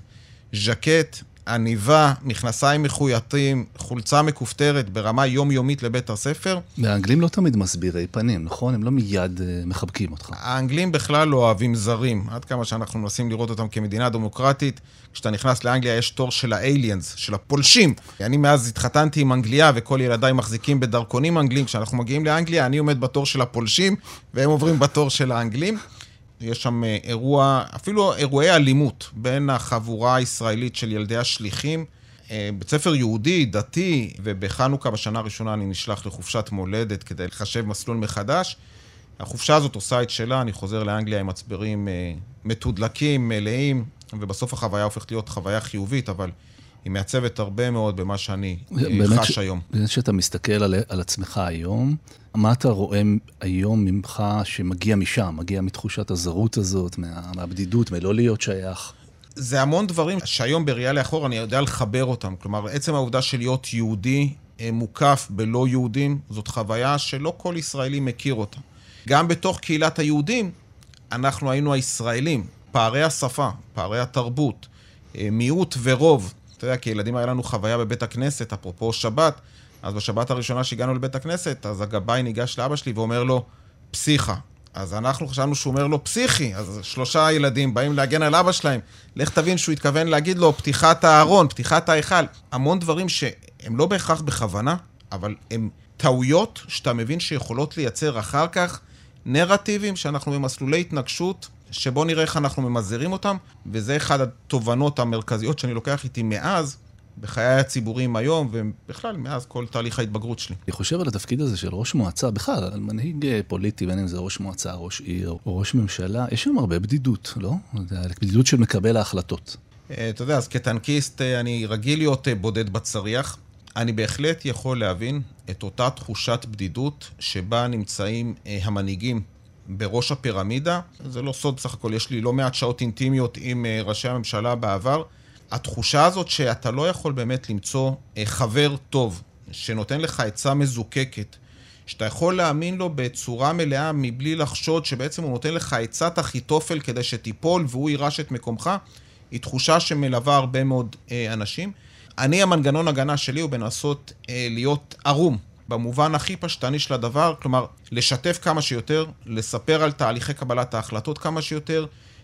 ז'קט, עניבה, מכנסיים מחויטים, חולצה מקופטרת ברמה יומיומית לבית הספר. והאנגלים לא תמיד מסבירי פנים, נכון? הם לא מיד uh, מחבקים אותך. האנגלים בכלל לא אוהבים זרים, עד כמה שאנחנו מנסים לראות אותם כמדינה דמוקרטית. כשאתה נכנס לאנגליה יש תור של האליאנס, של הפולשים. אני מאז התחתנתי עם אנגליה וכל ילדיי מחזיקים בדרכונים אנגלים. כשאנחנו מגיעים לאנגליה אני עומד בתור של הפולשים והם עוברים בתור של האנגלים. יש שם אירוע, אפילו אירועי אלימות בין החבורה הישראלית של ילדי השליחים. בית ספר יהודי, דתי, ובחנוכה בשנה הראשונה אני נשלח לחופשת מולדת כדי לחשב מסלול מחדש. החופשה הזאת עושה את שלה, אני חוזר לאנגליה עם מצברים מתודלקים, מלאים, ובסוף החוויה הופכת להיות חוויה חיובית, אבל היא מעצבת הרבה מאוד במה שאני חש היום. באמת שאתה מסתכל על, על עצמך היום, מה אתה רואה היום ממך שמגיע משם, מגיע מתחושת הזרות הזאת, מה, מהבדידות, מלא להיות שייך? זה המון דברים שהיום בראייה לאחור אני יודע לחבר אותם. כלומר, עצם העובדה של להיות יהודי מוקף בלא יהודים, זאת חוויה שלא כל ישראלי מכיר אותה. גם בתוך קהילת היהודים, אנחנו היינו הישראלים. פערי השפה, פערי התרבות, מיעוט ורוב. אתה יודע, כי ילדים היה לנו חוויה בבית הכנסת, אפרופו שבת, אז בשבת הראשונה שהגענו לבית הכנסת, אז הגבאי ניגש לאבא שלי ואומר לו, פסיכה. אז אנחנו חשבנו שהוא אומר לו, פסיכי. אז שלושה ילדים באים להגן על אבא שלהם. לך תבין שהוא התכוון להגיד לו, פתיחת הארון, פתיחת ההיכל. המון דברים שהם לא בהכרח בכוונה, אבל הם טעויות שאתה מבין שיכולות לייצר אחר כך נרטיבים שאנחנו במסלולי התנגשות, שבוא נראה איך אנחנו ממזערים אותם, וזה אחד התובנות המרכזיות שאני לוקח איתי מאז, בחיי הציבוריים היום, ובכלל מאז כל תהליך ההתבגרות שלי. אני חושב על התפקיד הזה של ראש מועצה, בכלל, על מנהיג פוליטי, בין אם זה ראש מועצה, ראש עיר, או ראש ממשלה, יש שם הרבה בדידות, לא? בדידות של מקבל ההחלטות. אתה יודע, אז כטנקיסט אני רגיל להיות בודד בצריח, אני בהחלט יכול להבין את אותה תחושת בדידות שבה נמצאים המנהיגים בראש הפירמידה. זה לא סוד, בסך הכל יש לי לא מעט שעות אינטימיות עם ראשי הממשלה בעבר. התחושה הזאת שאתה לא יכול באמת למצוא חבר טוב, שנותן לך עצה מזוקקת, שאתה יכול להאמין לו בצורה מלאה מבלי לחשוד שבעצם הוא נותן לך עצת אחיתופל כדי שתיפול והוא יירש את מקומך, היא תחושה שמלווה הרבה מאוד אנשים. אני, המנגנון הגנה שלי הוא בנסות להיות ערום, במובן הכי פשטני של הדבר, כלומר, לשתף כמה שיותר, לספר על תהליכי קבלת ההחלטות כמה שיותר,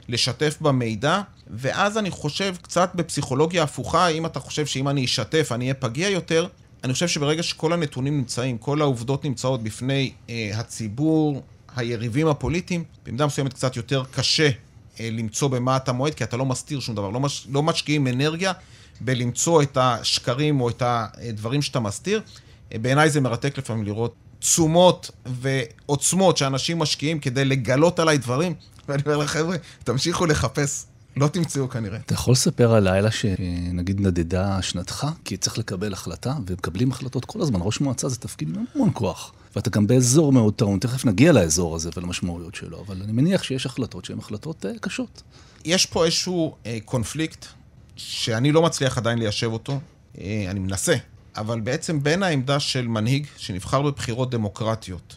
לשתף במידע, ואז אני חושב קצת בפסיכולוגיה הפוכה, אם אתה חושב שאם אני אשתף אני אהיה פגיע יותר, אני חושב שברגע שכל הנתונים נמצאים, כל העובדות נמצאות בפני אה, הציבור, היריבים הפוליטיים, במידה מסוימת קצת יותר קשה אה, למצוא במה אתה מועד, כי אתה לא מסתיר שום דבר, לא, מש, לא משקיעים אנרגיה בלמצוא את השקרים או את הדברים שאתה מסתיר. אה, בעיניי זה מרתק לפעמים לראות תשומות ועוצמות שאנשים משקיעים כדי לגלות עליי דברים, ואני אומר לך, חבר'ה, תמשיכו לחפש. לא תמצאו כנראה. אתה יכול לספר על לילה שנגיד נדדה שנתך, כי צריך לקבל החלטה, ומקבלים החלטות כל הזמן. ראש מועצה זה תפקיד עם המון כוח. ואתה גם באזור מאוד טעון, תכף נגיע לאזור הזה ולמשמעויות שלו, אבל אני מניח שיש החלטות שהן החלטות uh, קשות. יש פה איזשהו uh, קונפליקט, שאני לא מצליח עדיין ליישב אותו, uh, אני מנסה, אבל בעצם בין העמדה של מנהיג, שנבחר בבחירות דמוקרטיות,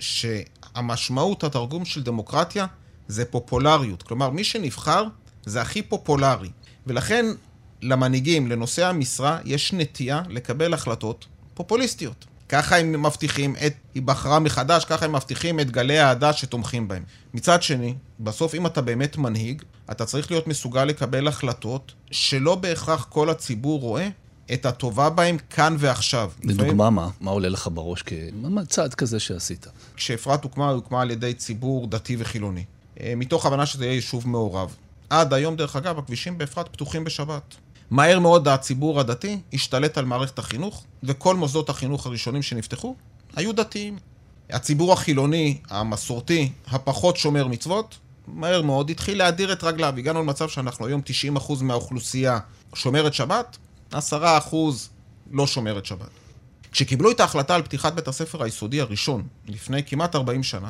שהמשמעות, התרגום של דמוקרטיה, זה פופולריות. כלומר, מי שנבחר, זה הכי פופולרי, ולכן למנהיגים, לנושאי המשרה, יש נטייה לקבל החלטות פופוליסטיות. ככה הם מבטיחים את היבחרה מחדש, ככה הם מבטיחים את גלי העדה שתומכים בהם. מצד שני, בסוף אם אתה באמת מנהיג, אתה צריך להיות מסוגל לקבל החלטות שלא בהכרח כל הציבור רואה את הטובה בהם כאן ועכשיו. לדוגמה מה? מה עולה לך בראש כצעד כזה שעשית? כשאפרת הוקמה, היא הוקמה על ידי ציבור דתי וחילוני. מתוך הבנה שזה יהיה יישוב מעורב. עד היום, דרך אגב, הכבישים באפרת פתוחים בשבת. מהר מאוד הציבור הדתי השתלט על מערכת החינוך, וכל מוסדות החינוך הראשונים שנפתחו היו דתיים. הציבור החילוני, המסורתי, הפחות שומר מצוות, מהר מאוד התחיל להדיר את רגליו. הגענו למצב שאנחנו היום תשעים אחוז מהאוכלוסייה שומרת שבת, עשרה אחוז לא שומרת שבת. כשקיבלו את ההחלטה על פתיחת בית הספר היסודי הראשון, לפני כמעט ארבעים שנה,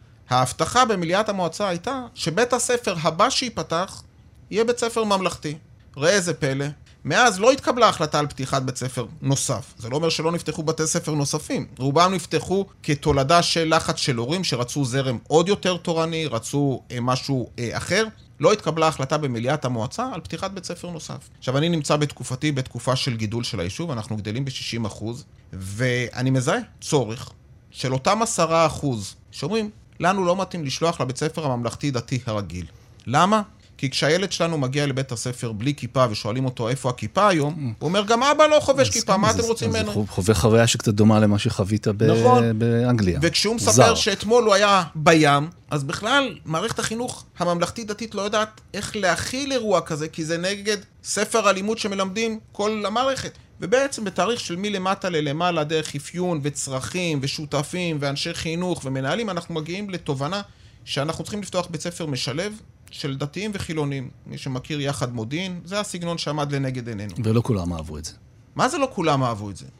ההבטחה במליאת המועצה הייתה שבית הספר הבא שיפתח יהיה בית ספר ממלכתי. ראה איזה פלא. מאז לא התקבלה החלטה על פתיחת בית ספר נוסף. זה לא אומר שלא נפתחו בתי ספר נוספים. רובם נפתחו כתולדה של לחץ של הורים שרצו זרם עוד יותר תורני, רצו אה, משהו אה, אחר. לא התקבלה החלטה במליאת המועצה על פתיחת בית ספר נוסף. עכשיו אני נמצא בתקופתי, בתקופה של גידול של היישוב, אנחנו גדלים ב-שישים אחוז, ואני מזהה צורך של אותם עשרה אחוז שאומרים, לנו לא מתאים לשלוח לבית ספר הממלכתי דתי הרגיל. למה? כי כשהילד שלנו מגיע לבית הספר בלי כיפה ושואלים אותו איפה הכיפה היום, הוא אומר, גם אבא לא חובש כיפה, מה אתם רוצים ממנו? זה חווה חוויה שקצת דומה למה שחווית באנגליה. וכשהוא מספר שאתמול הוא היה בים, אז בכלל מערכת החינוך הממלכתית-דתית לא יודעת איך להכיל אירוע כזה, כי זה נגד ספר הלימוד שמלמדים כל המערכת. ובעצם בתאריך של מלמטה ללמעלה, דרך אפיון וצרכים ושותפים ואנשי חינוך ומנהלים, אנחנו מגיעים לתובנה שאנחנו צריכים לפתוח בית ספר משלב של דתיים וחילונים. מי שמכיר יחד מודיעין, זה הסגנון שעמד לנגד עינינו. ולא כולם אהבו את זה. מה זה לא כולם אהבו את זה?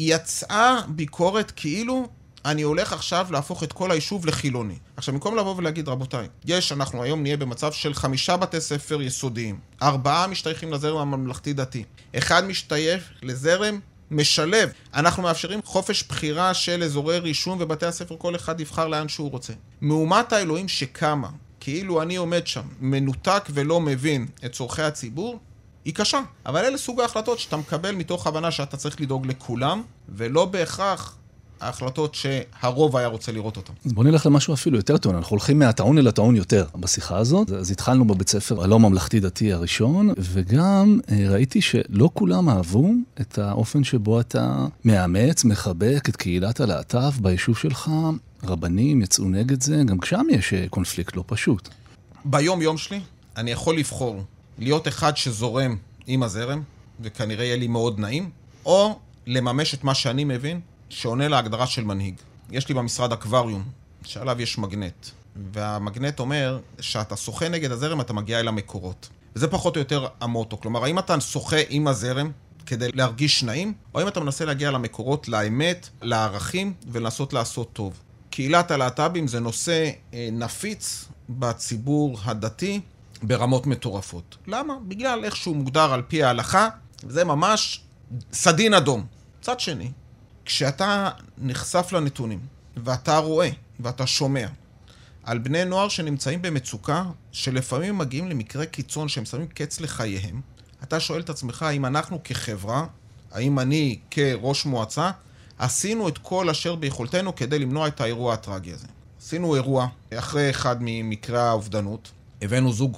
יצאה ביקורת כאילו אני הולך עכשיו להפוך את כל היישוב לחילוני. עכשיו, במקום לבוא ולהגיד, רבותיי, יש, אנחנו היום נהיה במצב של חמישה בתי ספר יסודיים. ארבעה משתייכים לזרם הממלכתי דתי. אחד משתייך לזרם משלב. אנחנו מאפשרים חופש בחירה של אזורי רישום ובתי הספר, כל אחד יבחר לאן שהוא רוצה. מהומת האלוהים שקמה, כאילו אני עומד שם, מנותק ולא מבין את צורכי הציבור, היא קשה. אבל אלה סוג ההחלטות שאתה מקבל מתוך הבנה שאתה צריך לדאוג לכולם, ולא בהכרח ההחלטות שהרוב היה רוצה לראות אותם. אז בוא נלך למשהו אפילו יותר טעון. אנחנו הולכים מהטעון אל הטעון יותר בשיחה הזאת. אז התחלנו בבית ספר הלא ממלכתי דתי הראשון, וגם ראיתי שלא כולם אהבו את האופן שבו אתה מאמץ, מחבק את קהילת הלהט"ב ביישוב שלך. רבנים יצאו נגד זה, גם כשם יש קונפליקט לא פשוט. ביום יום שלי אני יכול לבחור להיות אחד שזורם עם הזרם, וכנראה יהיה לי מאוד נעים, או לממש את מה שאני מבין, שעונה להגדרה של מנהיג. יש לי במשרד אקווריום, שעליו יש מגנט, והמגנט אומר שאתה שוחה נגד הזרם, אתה מגיע אל המקורות. וזה פחות או יותר המוטו. כלומר, האם אתה שוחה עם הזרם כדי להרגיש נעים, או האם אתה מנסה להגיע למקורות, לאמת, לערכים, ולנסות לעשות טוב. קהילת הלהט"בים זה נושא נפיץ בציבור הדתי ברמות מטורפות. למה? בגלל איך שהוא מוגדר על פי ההלכה, זה ממש סדין אדום. צד שני, כשאתה נחשף לנתונים, ואתה רואה, ואתה שומע, על בני נוער שנמצאים במצוקה, שלפעמים מגיעים למקרה קיצון שהם שמים קץ לחייהם, אתה שואל את עצמך, האם אנחנו כחברה, האם אני כראש מועצה, עשינו את כל אשר ביכולתנו כדי למנוע את האירוע הטרגי הזה. עשינו אירוע, אחרי אחד ממקרי האובדנות, הבאנו זוג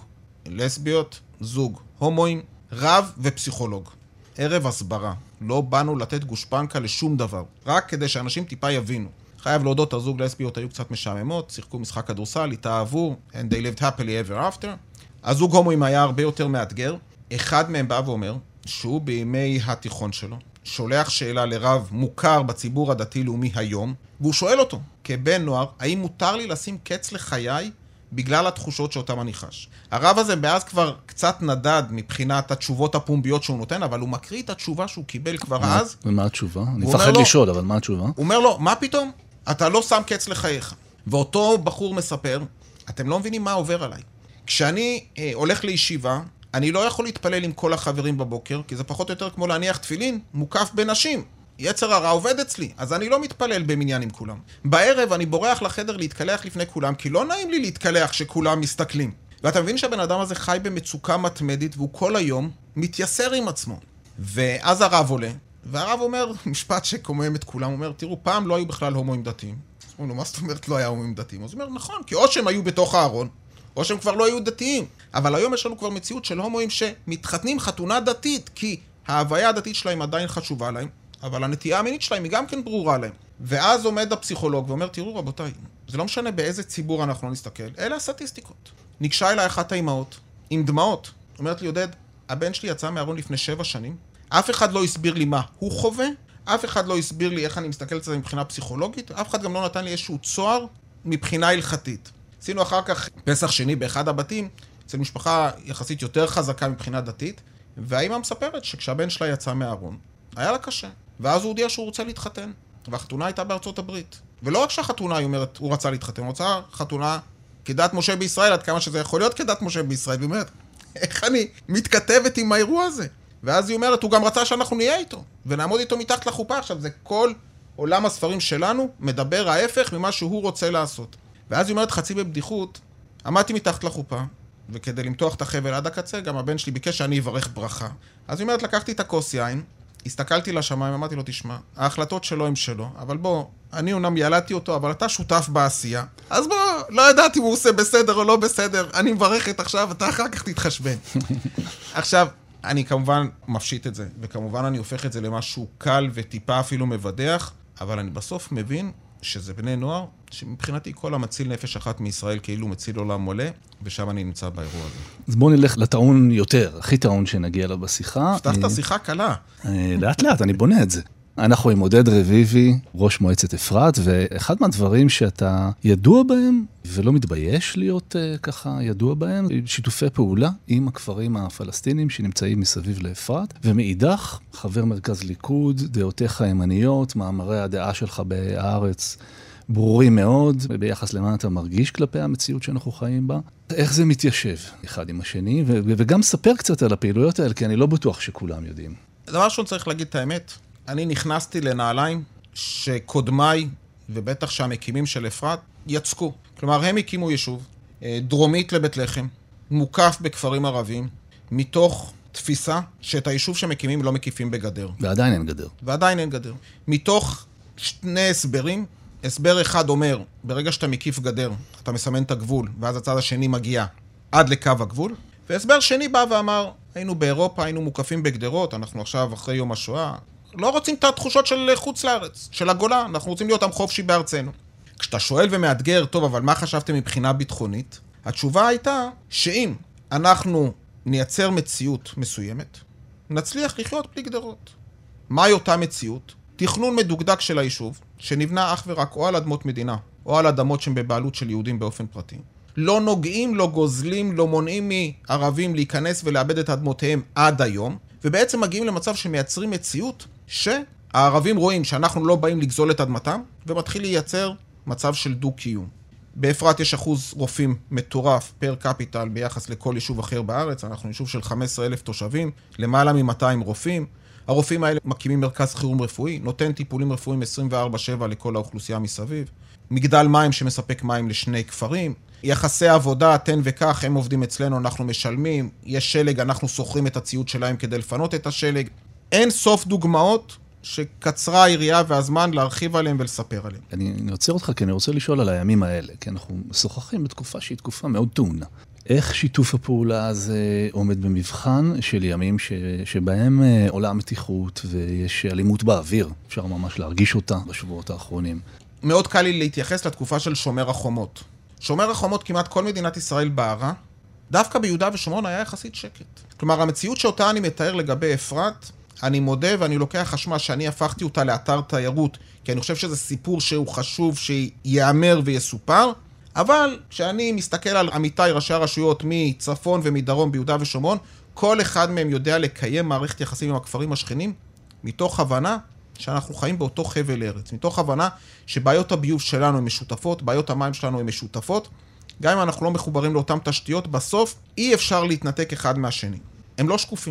לסביות, זוג הומואים, רב ופסיכולוג. ערב הסברה. לא באנו לתת גושפנקה לשום דבר, רק כדי שאנשים טיפה יבינו. חייב להודות, הזוג לסביות היו קצת משעממות, שיחקו משחק כדורסל, התאהבו, and they lived happily ever after. הזוג הומואים היה הרבה יותר מאתגר. אחד מהם בא ואומר שהוא בימי התיכון שלו שולח שאלה לרב מוכר בציבור הדתי-לאומי היום, והוא שואל אותו, כבן נוער, האם מותר לי לשים קץ לחיי בגלל התחושות שאותם אני חש. הרב הזה באז כבר קצת נדד מבחינת התשובות הפומביות שהוא נותן, אבל הוא מקריא את התשובה שהוא קיבל כבר אז. ומה התשובה? אני מפחד לשאול, אבל מה התשובה? הוא אומר לו, מה פתאום? אתה לא שם קץ לחייך. ואותו בחור מספר, אתם לא מבינים מה עובר עליי. כשאני אה, הולך לישיבה, אני לא יכול להתפלל עם כל החברים בבוקר, כי זה פחות או יותר כמו להניח תפילין, מוקף בנשים. יצר הרע עובד אצלי, אז אני לא מתפלל במניין עם כולם. בערב אני בורח לחדר להתקלח לפני כולם, כי לא נעים לי להתקלח שכולם מסתכלים. ואתה מבין שהבן אדם הזה חי במצוקה מתמדית, והוא כל היום מתייסר עם עצמו. ואז הרב עולה, והרב אומר, משפט שקומם את כולם, הוא אומר, תראו, פעם לא היו בכלל הומואים דתיים. אז אומרים לו, מה זאת אומרת לא היה הומואים דתיים? אז הוא אומר, נכון, כי או שהם היו בתוך הארון, או שהם כבר לא היו דתיים. אבל היום יש לנו כבר מציאות של הומואים שמתחתנים חתונה דתית, כי ההוויה הדתית שלהם עדיין חשובה להם, אבל הנטייה המינית שלהם היא גם כן ברורה להם. ואז עומד הפסיכולוג ואומר, תראו רבותיי, זה לא משנה באיזה ציבור אנחנו לא נסתכל, אלה הסטטיסטיקות. ניגשה אליי אחת האימהות, עם דמעות, אומרת לי, יודד, הבן שלי יצא מהארון לפני שבע שנים, אף אחד לא הסביר לי מה הוא חווה, אף אחד לא הסביר לי איך אני מסתכל על זה מבחינה פסיכולוגית, אף אחד גם לא נתן לי איזשהו צוהר מבחינה הלכתית. עשינו אחר כך פסח שני באחד הבתים, אצל משפחה יחסית יותר חזקה מבחינה דתית, והאימא מספרת שכשהבן שלה יצא מהארון, היה לה קשה. ואז הוא הודיע שהוא רוצה להתחתן. והחתונה הייתה בארצות הברית. ולא רק שהחתונה, היא אומרת, הוא רצה להתחתן, הוא רוצה חתונה כדת משה בישראל, עד כמה שזה יכול להיות כדת משה בישראל. והיא אומרת, איך אני מתכתבת עם האירוע הזה? ואז היא אומרת, הוא גם רצה שאנחנו נהיה איתו, ונעמוד איתו מתחת לחופה. עכשיו, זה כל עולם הספרים שלנו מדבר ההפך ממה שהוא רוצה לעשות. ואז היא אומרת, חצי בבדיחות, עמדתי מתחת לחופה, וכדי למתוח את החבל עד הקצה, גם הבן שלי ביקש שאני אברך ברכה. אז היא אומרת, לקחתי את הכוס יין, הסתכלתי לשמיים, אמרתי לו, תשמע, ההחלטות שלו הם שלו, אבל בוא, אני אומנם ילדתי אותו, אבל אתה שותף בעשייה. אז בוא, לא ידעתי אם הוא עושה בסדר או לא בסדר, אני מברכת עכשיו, אתה אחר כך תתחשבן. עכשיו, אני כמובן מפשיט את זה, וכמובן אני הופך את זה למשהו קל וטיפה אפילו מבדח, אבל אני בסוף מבין שזה בני נוער, שמבחינתי כל המציל נפש אחת מישראל כאילו מציל עולם מלא, ושם אני נמצא באירוע הזה. אז בואו נלך לטעון יותר, הכי טעון שנגיע אליו בשיחה. פתח את השיחה קלה. לאט לאט, אני בונה את זה. אנחנו עם עודד רביבי, ראש מועצת אפרת, ואחד מהדברים שאתה ידוע בהם, ולא מתבייש להיות uh, ככה ידוע בהם, שיתופי פעולה עם הכפרים הפלסטינים שנמצאים מסביב לאפרת, ומאידך, חבר מרכז ליכוד, דעותיך הימניות, מאמרי הדעה שלך בארץ, ברורים מאוד, ביחס למה אתה מרגיש כלפי המציאות שאנחנו חיים בה. איך זה מתיישב אחד עם השני, ו- וגם ספר קצת על הפעילויות האלה, כי אני לא בטוח שכולם יודעים. הדבר ראשון צריך להגיד את האמת, אני נכנסתי לנעליים שקודמיי, ובטח שהמקימים של אפרת, יצקו. כלומר, הם הקימו יישוב, דרומית לבית לחם, מוקף בכפרים ערבים, מתוך תפיסה שאת היישוב שמקימים לא מקיפים בגדר. ועדיין אין גדר. ועדיין אין גדר. מתוך שני הסברים, הסבר אחד אומר, ברגע שאתה מקיף גדר, אתה מסמן את הגבול, ואז הצד השני מגיע עד לקו הגבול, והסבר שני בא ואמר, היינו באירופה, היינו מוקפים בגדרות, אנחנו עכשיו אחרי יום השואה, לא רוצים את התחושות של חוץ לארץ, של הגולה, אנחנו רוצים להיות עם חופשי בארצנו. כשאתה שואל ומאתגר, טוב, אבל מה חשבתם מבחינה ביטחונית? התשובה הייתה שאם אנחנו נייצר מציאות מסוימת, נצליח לחיות בלי גדרות. מהי אותה מציאות? תכנון מדוקדק של היישוב, שנבנה אך ורק או על אדמות מדינה, או על אדמות שהן בבעלות של יהודים באופן פרטי. לא נוגעים, לא גוזלים, לא מונעים מערבים להיכנס ולאבד את אדמותיהם עד היום, ובעצם מגיעים למצב שמייצרים מציאות שהערבים רואים שאנחנו לא באים לגזול את אדמתם, ומתחיל לייצר מצב של דו-קיום. באפרת יש אחוז רופאים מטורף פר קפיטל ביחס לכל יישוב אחר בארץ, אנחנו יישוב של חמישה עשר אלף תושבים, למעלה מ-מאתיים רופאים. הרופאים האלה מקימים מרכז חירום רפואי, נותן טיפולים רפואיים עשרים וארבע שבע לכל האוכלוסייה מסביב. מגדל מים שמספק מים לשני כפרים. יחסי עבודה, תן וכך, הם עובדים אצלנו, אנחנו משלמים. יש שלג, אנחנו סוחרים את הציוד שלהם כדי לפנות את השלג. אין סוף דוגמאות שקצרה העירייה והזמן להרחיב עליהם ולספר עליהם. אני, אני עוצר אותך כי אני רוצה לשאול על הימים האלה, כי אנחנו משוחחים בתקופה שהיא תקופה מאוד טעונה. איך שיתוף הפעולה הזה עומד במבחן של ימים ש... שבהם עולה מתיחות ויש אלימות באוויר? אפשר ממש להרגיש אותה בשבועות האחרונים. מאוד קל לי להתייחס לתקופה של שומר החומות. שומר החומות כמעט כל מדינת ישראל בערה, דווקא ביהודה ושומרון היה יחסית שקט. כלומר, המציאות שאותה אני מתאר לגבי אפרת, אני מודה ואני לוקח אשמה שאני הפכתי אותה לאתר תיירות, כי אני חושב שזה סיפור שהוא חשוב שיאמר ויסופר, אבל כשאני מסתכל על עמיתי ראשי הרשויות מצפון ומדרום ביהודה ושומרון, כל אחד מהם יודע לקיים מערכת יחסים עם הכפרים השכנים, מתוך הבנה שאנחנו חיים באותו חבל ארץ, מתוך הבנה שבעיות הביוב שלנו הן משותפות, בעיות המים שלנו הן משותפות, גם אם אנחנו לא מחוברים לאותן תשתיות, בסוף אי אפשר להתנתק אחד מהשני. הם לא שקופים,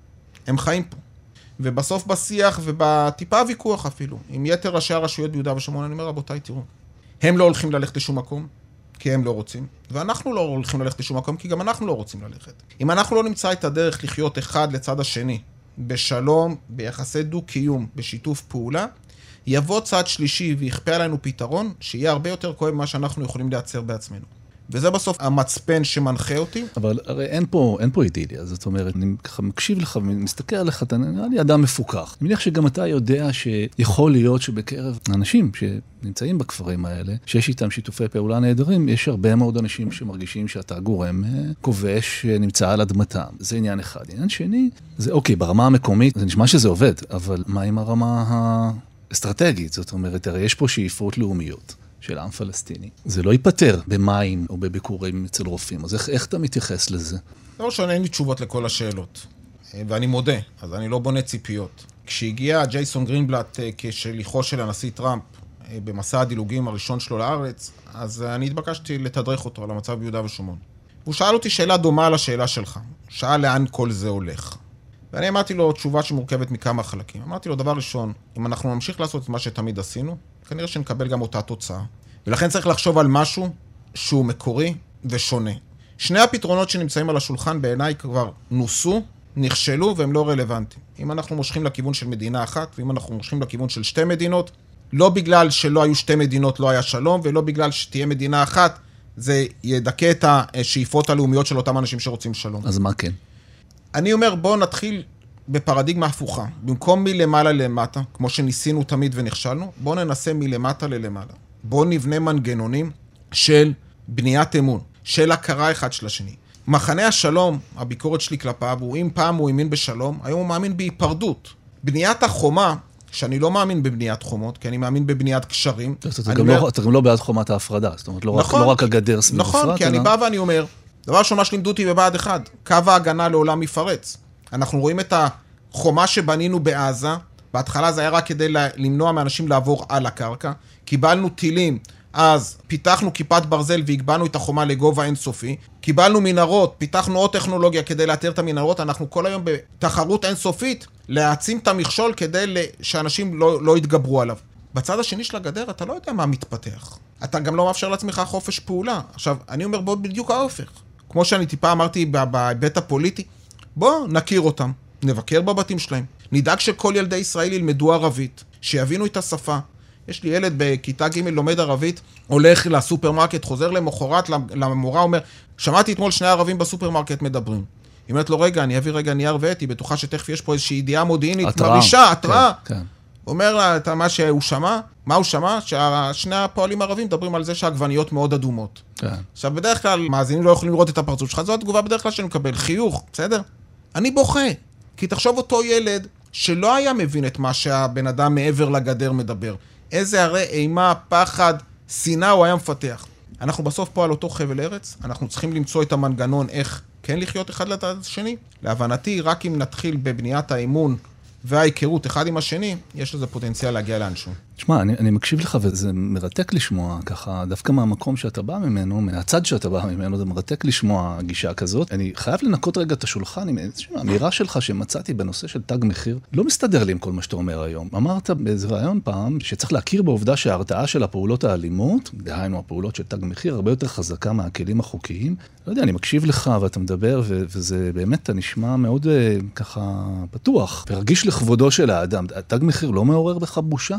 הם חיים פה. ובסוף בשיח ובטיפה הוויכוח אפילו, עם יתר ראשי הרשויות ביהודה ושומרון, אני אומר, רבותיי, תראו, הם לא הולכים ללכת לשום מקום, כי הם לא רוצים, ואנחנו לא הולכים ללכת לשום מקום, כי גם אנחנו לא רוצים ללכת. אם אנחנו לא נמצא את הדרך לחיות אחד לצד השני, בשלום, ביחסי דו-קיום, בשיתוף פעולה, יבוא צד שלישי ויכפה עלינו פתרון, שיהיה הרבה יותר כואב ממה שאנחנו יכולים לייצר בעצמנו. וזה בסוף המצפן שמנחה אותי. אבל הרי אין פה, אין פה אידיליה, זאת אומרת, אני ככה מקשיב לך ומסתכל עליך, אתה נראה לי אדם מפוקח. אני מניח שגם אתה יודע שיכול להיות שבקרב האנשים שנמצאים בכפרים האלה, שיש איתם שיתופי פעולה נהדרים, יש הרבה מאוד אנשים שמרגישים שאתה גורם כובש נמצא על אדמתם. זה עניין אחד. עניין שני, זה אוקיי, ברמה המקומית, זה נשמע שזה עובד, אבל מה עם הרמה האסטרטגית? זאת אומרת, הרי יש פה שאיפות לאומיות של עם פלסטיני. זה לא ייפטר במים או בביקורים אצל רופאים. אז איך, איך אתה מתייחס לזה? לא שונה, אין לי תשובות לכל השאלות. ואני מודה, אז אני לא בונה ציפיות. כשהגיע ג'ייסון גרינבלט כשליחו של הנשיא טראמפ במסע הדילוגים הראשון שלו לארץ, אז אני התבקשתי לתדרך אותו על המצב ביהודה ושומרון. הוא שאל אותי שאלה דומה לשאלה שלך. שאל לאן כל זה הולך. ואני אמרתי לו תשובה שמורכבת מכמה חלקים. אמרתי לו, דבר ראשון, אם אנחנו נמשיך לעשות את מה שתמיד עשינו, כנראה שנקבל גם אותה תוצאה. ולכן צריך לחשוב על משהו שהוא מקורי ושונה. שני הפתרונות שנמצאים על השולחן בעיניי כבר נוסו, נכשלו והם לא רלוונטיים. אם אנחנו מושכים לכיוון של מדינה אחת, ואם אנחנו מושכים לכיוון של שתי מדינות, לא בגלל שלא היו שתי מדינות לא היה שלום, ולא בגלל שתהיה מדינה אחת, זה ידכא את השאיפות הלאומיות של אותם אנשים שרוצים שלום. אז מה כן? אני אומר, בואו נתחיל בפרדיגמה הפוכה. במקום מלמעלה למטה, כמו שניסינו תמיד ונכשלנו, בואו ננסה מלמטה ללמעלה. בואו נבנה מנגנונים של בניית אמון, של הכרה אחד של השני. מחנה השלום, הביקורת שלי כלפיו, הוא אם פעם הוא האמין בשלום, היום הוא מאמין בהיפרדות. בניית החומה, שאני לא מאמין בבניית חומות, כי אני מאמין בבניית קשרים. אתה גם לא בעד חומת ההפרדה, זאת אומרת, לא רק הגדר סביב הפרט. נכון, כי אני בא ואני אומר, דבר ראשון, מה שלימדו אותי בבה"ד אחד, קו ההגנה לעולם יפרץ. אנחנו רואים את החומה שבנינו בעזה, בהתחלה זה היה רק כדי למנוע מאנשים לעבור על הקרקע, קיבלנו טילים, אז פיתחנו כיפת ברזל והגבנו את החומה לגובה אינסופי, קיבלנו מנהרות, פיתחנו עוד טכנולוגיה כדי לאתר את המנהרות, אנחנו כל היום בתחרות אינסופית להעצים את המכשול כדי שאנשים לא, לא יתגברו עליו. בצד השני של הגדר אתה לא יודע מה מתפתח. אתה גם לא מאפשר לעצמך חופש פעולה. עכשיו, אני אומר בוא בדיוק ההופך. כמו שאני טיפה אמרתי בהיבט הפוליטי, בוא נכיר אותם, נבקר בבתים שלהם, נדאג שכל ילדי ישראל ילמדו ערבית, שיבינו את השפה. יש לי ילד בכיתה ג' לומד ערבית, הולך לסופרמרקט, חוזר למחרת, למורה אומר, שמעתי אתמול שני ערבים בסופרמרקט מדברים. היא אומרת לו, רגע, אני אביא רגע נייר ועט, היא בטוחה שתכף יש פה איזושהי ידיעה מודיעינית, מרישה, התראה. כן, כן. אומר לה, את מה שהוא שמע, מה הוא שמע? ששני הפועלים ערבים מדברים על זה שהעגבניות מאוד אדומות. כן. עכשיו, בדרך כלל, מאזינים לא יכולים לראות את הפרצוף שלך, זו התגובה בדרך כלל שאני מקבל, חיוך, בסדר? אני בוכה, כי תחשוב אותו ילד שלא היה מבין את מה שהבן אדם מעבר לגדר מדבר. איזה הרי אימה, פחד, שנאה הוא היה מפתח. אנחנו בסוף פה על אותו חבל ארץ, אנחנו צריכים למצוא את המנגנון איך כן לחיות אחד לצד השני. להבנתי, רק אם נתחיל בבניית האמון וההיכרות אחד עם השני, יש לזה פוטנציאל להגיע לאנשהו. תשמע, אני, אני מקשיב לך וזה מרתק לשמוע, ככה, דווקא מהמקום שאתה בא ממנו, מהצד שאתה בא ממנו, זה מרתק לשמוע גישה כזאת. אני חייב לנקות רגע את השולחן עם איזושהי אמירה שלך שמצאתי בנושא של תג מחיר. לא מסתדר לי עם כל מה שאתה אומר היום. אמרת באיזה רעיון פעם, שצריך להכיר בעובדה שההרתעה של הפעולות האלימות, דהיינו הפעולות של תג מחיר, הרבה יותר חזקה מהכלים החוקיים. לא יודע, אני מקשיב לך ואתה מדבר, ו- וזה באמת, אתה נשמע מאוד uh, ככה פתוח, ורגיש לכבודו של האדם. התג מחיר לא מעורר בך בושה?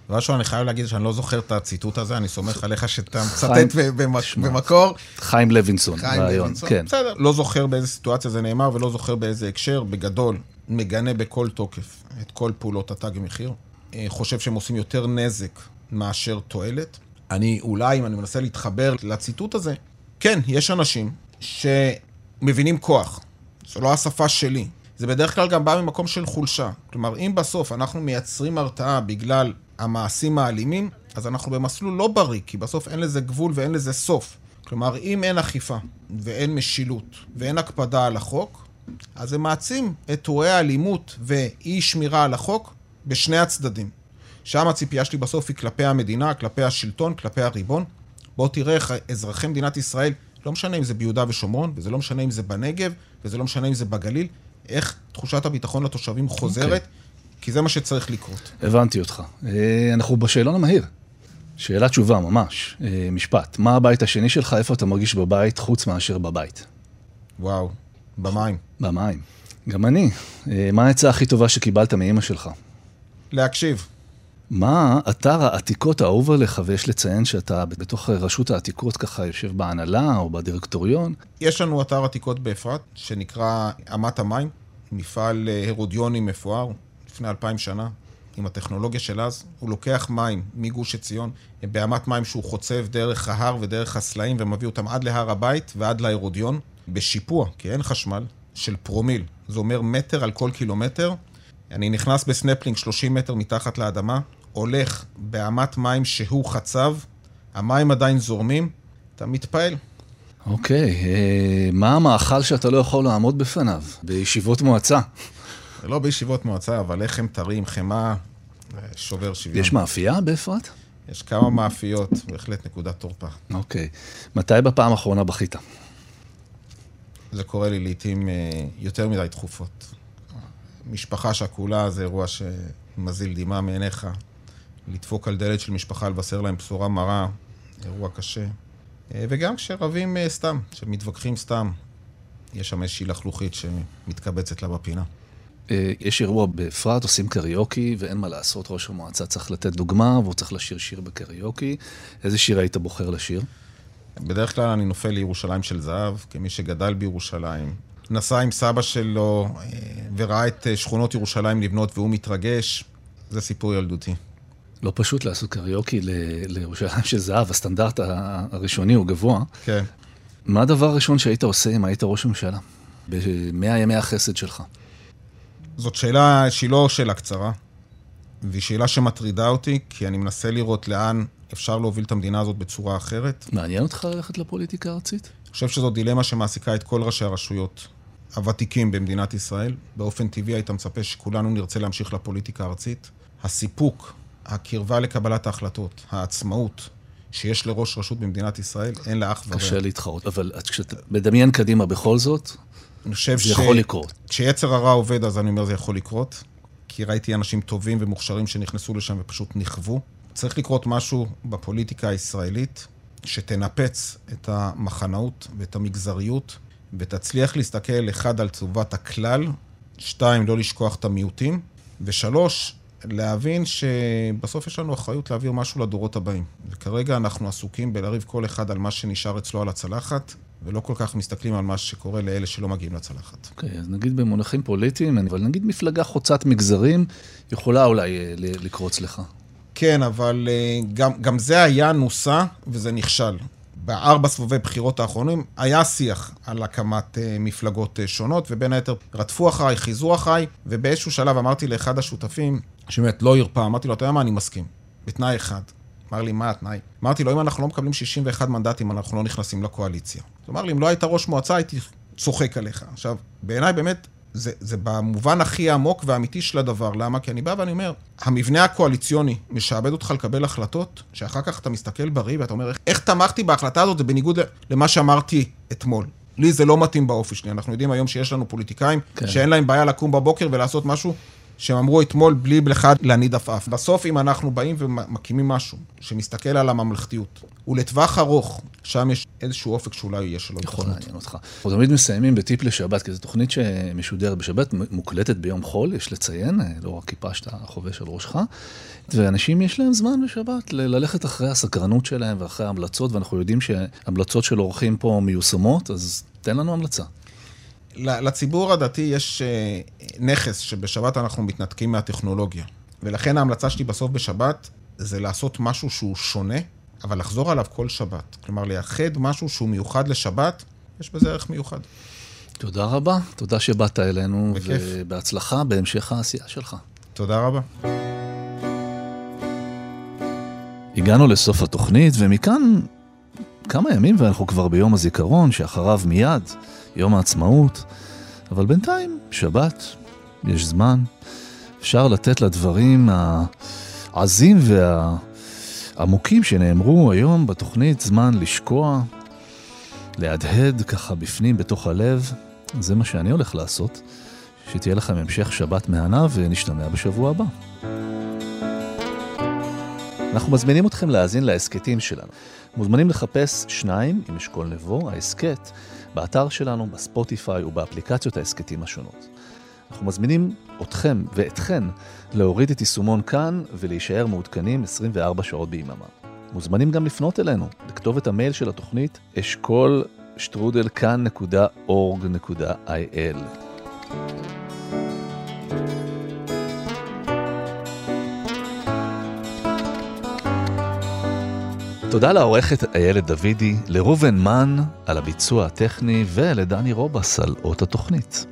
משהו, אני חייב להגיד שאני לא זוכר את הציטוט הזה, אני סומך עליך שאתה מצטט במקור. חיים לוינסון. חיים לוינסון, בסדר. לא זוכר באיזה סיטואציה זה נאמר, ולא זוכר באיזה הקשר, בגדול, מגנה בכל תוקף את כל פעולות התג מחיר. חושב שהם עושים יותר נזק מאשר תועלת. אני אולי, אם אני מנסה להתחבר לציטוט הזה, כן, יש אנשים שמבינים כוח. זו לא השפה שלי. זה בדרך כלל גם בא ממקום של חולשה. כלומר, אם בסוף אנחנו מייצרים הרתעה בגלל המעשים האלימים, אז אנחנו במסלול לא בריא, כי בסוף אין לזה גבול ואין לזה סוף. כלומר, אם אין אכיפה ואין משילות ואין הקפדה על החוק, אז זה מעצים את אירועי האלימות ואי שמירה על החוק בשני הצדדים. שם הציפייה שלי בסוף היא כלפי המדינה, כלפי השלטון, כלפי הריבון. בואו תראה איך אזרחי מדינת ישראל, לא משנה אם זה ביהודה ושומרון, וזה לא משנה אם זה בנגב, וזה לא משנה אם זה בגליל, איך תחושת הביטחון לתושבים חוזרת, okay. כי זה מה שצריך לקרות. הבנתי אותך. אנחנו בשאלון המהיר. שאלה תשובה, ממש. משפט. מה הבית השני שלך? איפה אתה מרגיש בבית חוץ מאשר בבית? וואו, במים. במים. גם אני. מה העצה הכי טובה שקיבלת מאמא שלך? להקשיב. מה אתר העתיקות האהוב עליך, ויש לציין שאתה בתוך רשות העתיקות ככה יושב בהנהלה או בדירקטוריון? יש לנו אתר עתיקות באפרת, שנקרא אמת המים, מפעל הרודיוני מפואר, לפני אלפיים שנה, עם הטכנולוגיה של אז. הוא לוקח מים מגוש עציון, באמת מים שהוא חוצב דרך ההר ודרך הסלעים, ומביא אותם עד להר הבית ועד להרודיון, בשיפוע, כי אין חשמל, של פרומיל. זה אומר מטר על כל קילומטר. אני נכנס בסנפלינג שלושים מטר מתחת לאדמה, הולך באמת מים שהוא חצב, המים עדיין זורמים, אתה מתפעל. אוקיי, מה המאכל שאתה לא יכול לעמוד בפניו בישיבות מועצה? זה לא בישיבות מועצה, אבל לחם טרי, חמה, שובר שוויון. יש מאפייה באפרת? יש כמה מאפיות, בהחלט נקודת תורפה. אוקיי, מתי בפעם האחרונה בכית? זה קורה לי לעתים יותר מדי תכופות. משפחה שכולה זה אירוע שמזיל דמעה מעיניך. לדפוק על דלת של משפחה, לבשר להם בשורה מרה, אירוע קשה. וגם כשרבים סתם, שמתווכחים סתם, יש שם איזושהי לחלוכית שמתקבצת לה בפינה. יש אירוע באפרת, עושים קריוקי, ואין מה לעשות, ראש המועצה צריך לתת דוגמה, והוא צריך לשיר שיר בקריוקי. איזה שיר היית בוחר לשיר? בדרך כלל אני נופל לירושלים של זהב, כמי שגדל בירושלים. נסע עם סבא שלו וראה את שכונות ירושלים לבנות והוא מתרגש. זה סיפור ילדותי. לא פשוט לעשות קריוקי לירושלים של זהב, הסטנדרט הראשוני הוא גבוה. כן. מה הדבר הראשון שהיית עושה אם היית ראש הממשלה? במאה ימי החסד שלך. זאת שאלה שהיא לא שאלה קצרה, והיא שאלה שמטרידה אותי, כי אני מנסה לראות לאן אפשר להוביל את המדינה הזאת בצורה אחרת. מעניין אותך ללכת לפוליטיקה הארצית? אני חושב שזו דילמה שמעסיקה את כל ראשי הרשויות הוותיקים במדינת ישראל. באופן טבעי היית מצפה שכולנו נרצה להמשיך לפוליטיקה הארצית. הסיפוק, הקרבה לקבלת ההחלטות, העצמאות שיש לראש רשות במדינת ישראל, אין לה אח ורע. קשה להתחרות, אבל כשאתה מדמיין קדימה בכל זאת, זה יכול לקרות. כשיצר הרע עובד, אז אני אומר זה יכול לקרות, כי ראיתי אנשים טובים ומוכשרים שנכנסו לשם ופשוט נכוו. צריך לקרות משהו בפוליטיקה הישראלית, שתנפץ את המחנאות ואת המגזריות, ותצליח להסתכל אחד על טובת הכלל, שתיים, לא לשכוח את המיעוטים, ושלוש, להבין שבסוף יש לנו אחריות להעביר משהו לדורות הבאים. וכרגע אנחנו עסוקים בלריב כל אחד על מה שנשאר אצלו על הצלחת, ולא כל כך מסתכלים על מה שקורה לאלה שלא מגיעים לצלחת. אוקיי, אז נגיד במונחים פוליטיים, אבל נגיד מפלגה חוצת מגזרים, יכולה אולי לקרוץ לך. כן, אבל גם, גם זה היה נוסע וזה נכשל. בארבע סבבי בחירות האחרונים היה שיח על הקמת מפלגות שונות, ובין היתר רדפו אחריי, חיזו אחריי, ובאיזשהו שלב אמרתי לאחד השותפים, שבאמת לא ירפא, אמרתי לו, אתה יודע מה, אני מסכים, בתנאי אחד. אמר לי, מה התנאי? אמרתי לו, אם אנחנו לא מקבלים שישים ואחד מנדטים, אנחנו לא נכנסים לקואליציה. הוא אמר לי, אם לא היית ראש מועצה, הייתי צוחק עליך. עכשיו, בעיניי באמת, זה, זה במובן הכי עמוק והאמיתי של הדבר. למה? כי אני בא ואני אומר, המבנה הקואליציוני משעבד אותך לקבל החלטות, שאחר כך אתה מסתכל בריא ואתה אומר, איך תמכתי בהחלטה הזאת, זה בניגוד למה שאמרתי אתמול. לי זה לא מתאים באופי שלי. אנחנו יודעים היום שיש לנו פוליטיקאים, כן. שאין להם בעיה לקום בבוקר ולעשות משהו שהם אמרו אתמול בלי אחד להניד עפעף. בסוף אם אנחנו באים ומקימים משהו שמסתכל על הממלכתיות, ולטווח ארוך, שם יש איזשהו אופק שאולי יהיה שלא יכול לעניין אותך. אנחנו תמיד מסיימים בטיפ לשבת, כי זו תוכנית שמשודרת בשבת, מוקלטת ביום חול, יש לציין, לא רק כיפה שאתה חובש על ראשך, ואנשים יש להם זמן בשבת ללכת אחרי הסקרנות שלהם ואחרי ההמלצות, ואנחנו יודעים שההמלצות של אורחים פה מיושמות, אז תן לנו המלצה. לציבור הדתי יש נכס שבשבת אנחנו מתנתקים מהטכנולוגיה, ולכן ההמלצה שלי בסוף בשבת זה לעשות משהו שהוא שונה, אבל לחזור עליו כל שבת. כלומר, לייחד משהו שהוא מיוחד לשבת, יש בזה ערך מיוחד. תודה רבה, תודה שבאת אלינו, בכיף. ובהצלחה בהמשך העשייה שלך. תודה רבה. הגענו לסוף התוכנית, ומכאן כמה ימים ואנחנו כבר ביום הזיכרון, שאחריו מיד יום העצמאות, אבל בינתיים, שבת, יש זמן, אפשר לתת לדברים העזים והעמוקים שנאמרו היום בתוכנית זמן לשקוע, להדהד ככה בפנים בתוך הלב. זה מה שאני הולך לעשות. שתהיה לכם המשך שבת מהנה ונשתמע בשבוע הבא. אנחנו מזמינים אתכם להאזין להסקטים שלנו. מוזמנים לחפש שניים עם אשכול נבו, ההסקט, באתר שלנו, בספוטיפיי ובאפליקציות ההסקטים השונות. אנחנו מזמינים אתכם ואתכן להוריד את יישומון כאן ולהישאר מעודכנים עשרים וארבע שעות ביממה. מוזמנים גם לפנות אלינו, לכתוב את המייל של התוכנית אשכול שטרודל כאן נקודה אורג נקודה איי אל. תודה לעורכת איילת דוידי, לרובן מן על הביצוע הטכני ולדני רובס על אות התוכנית.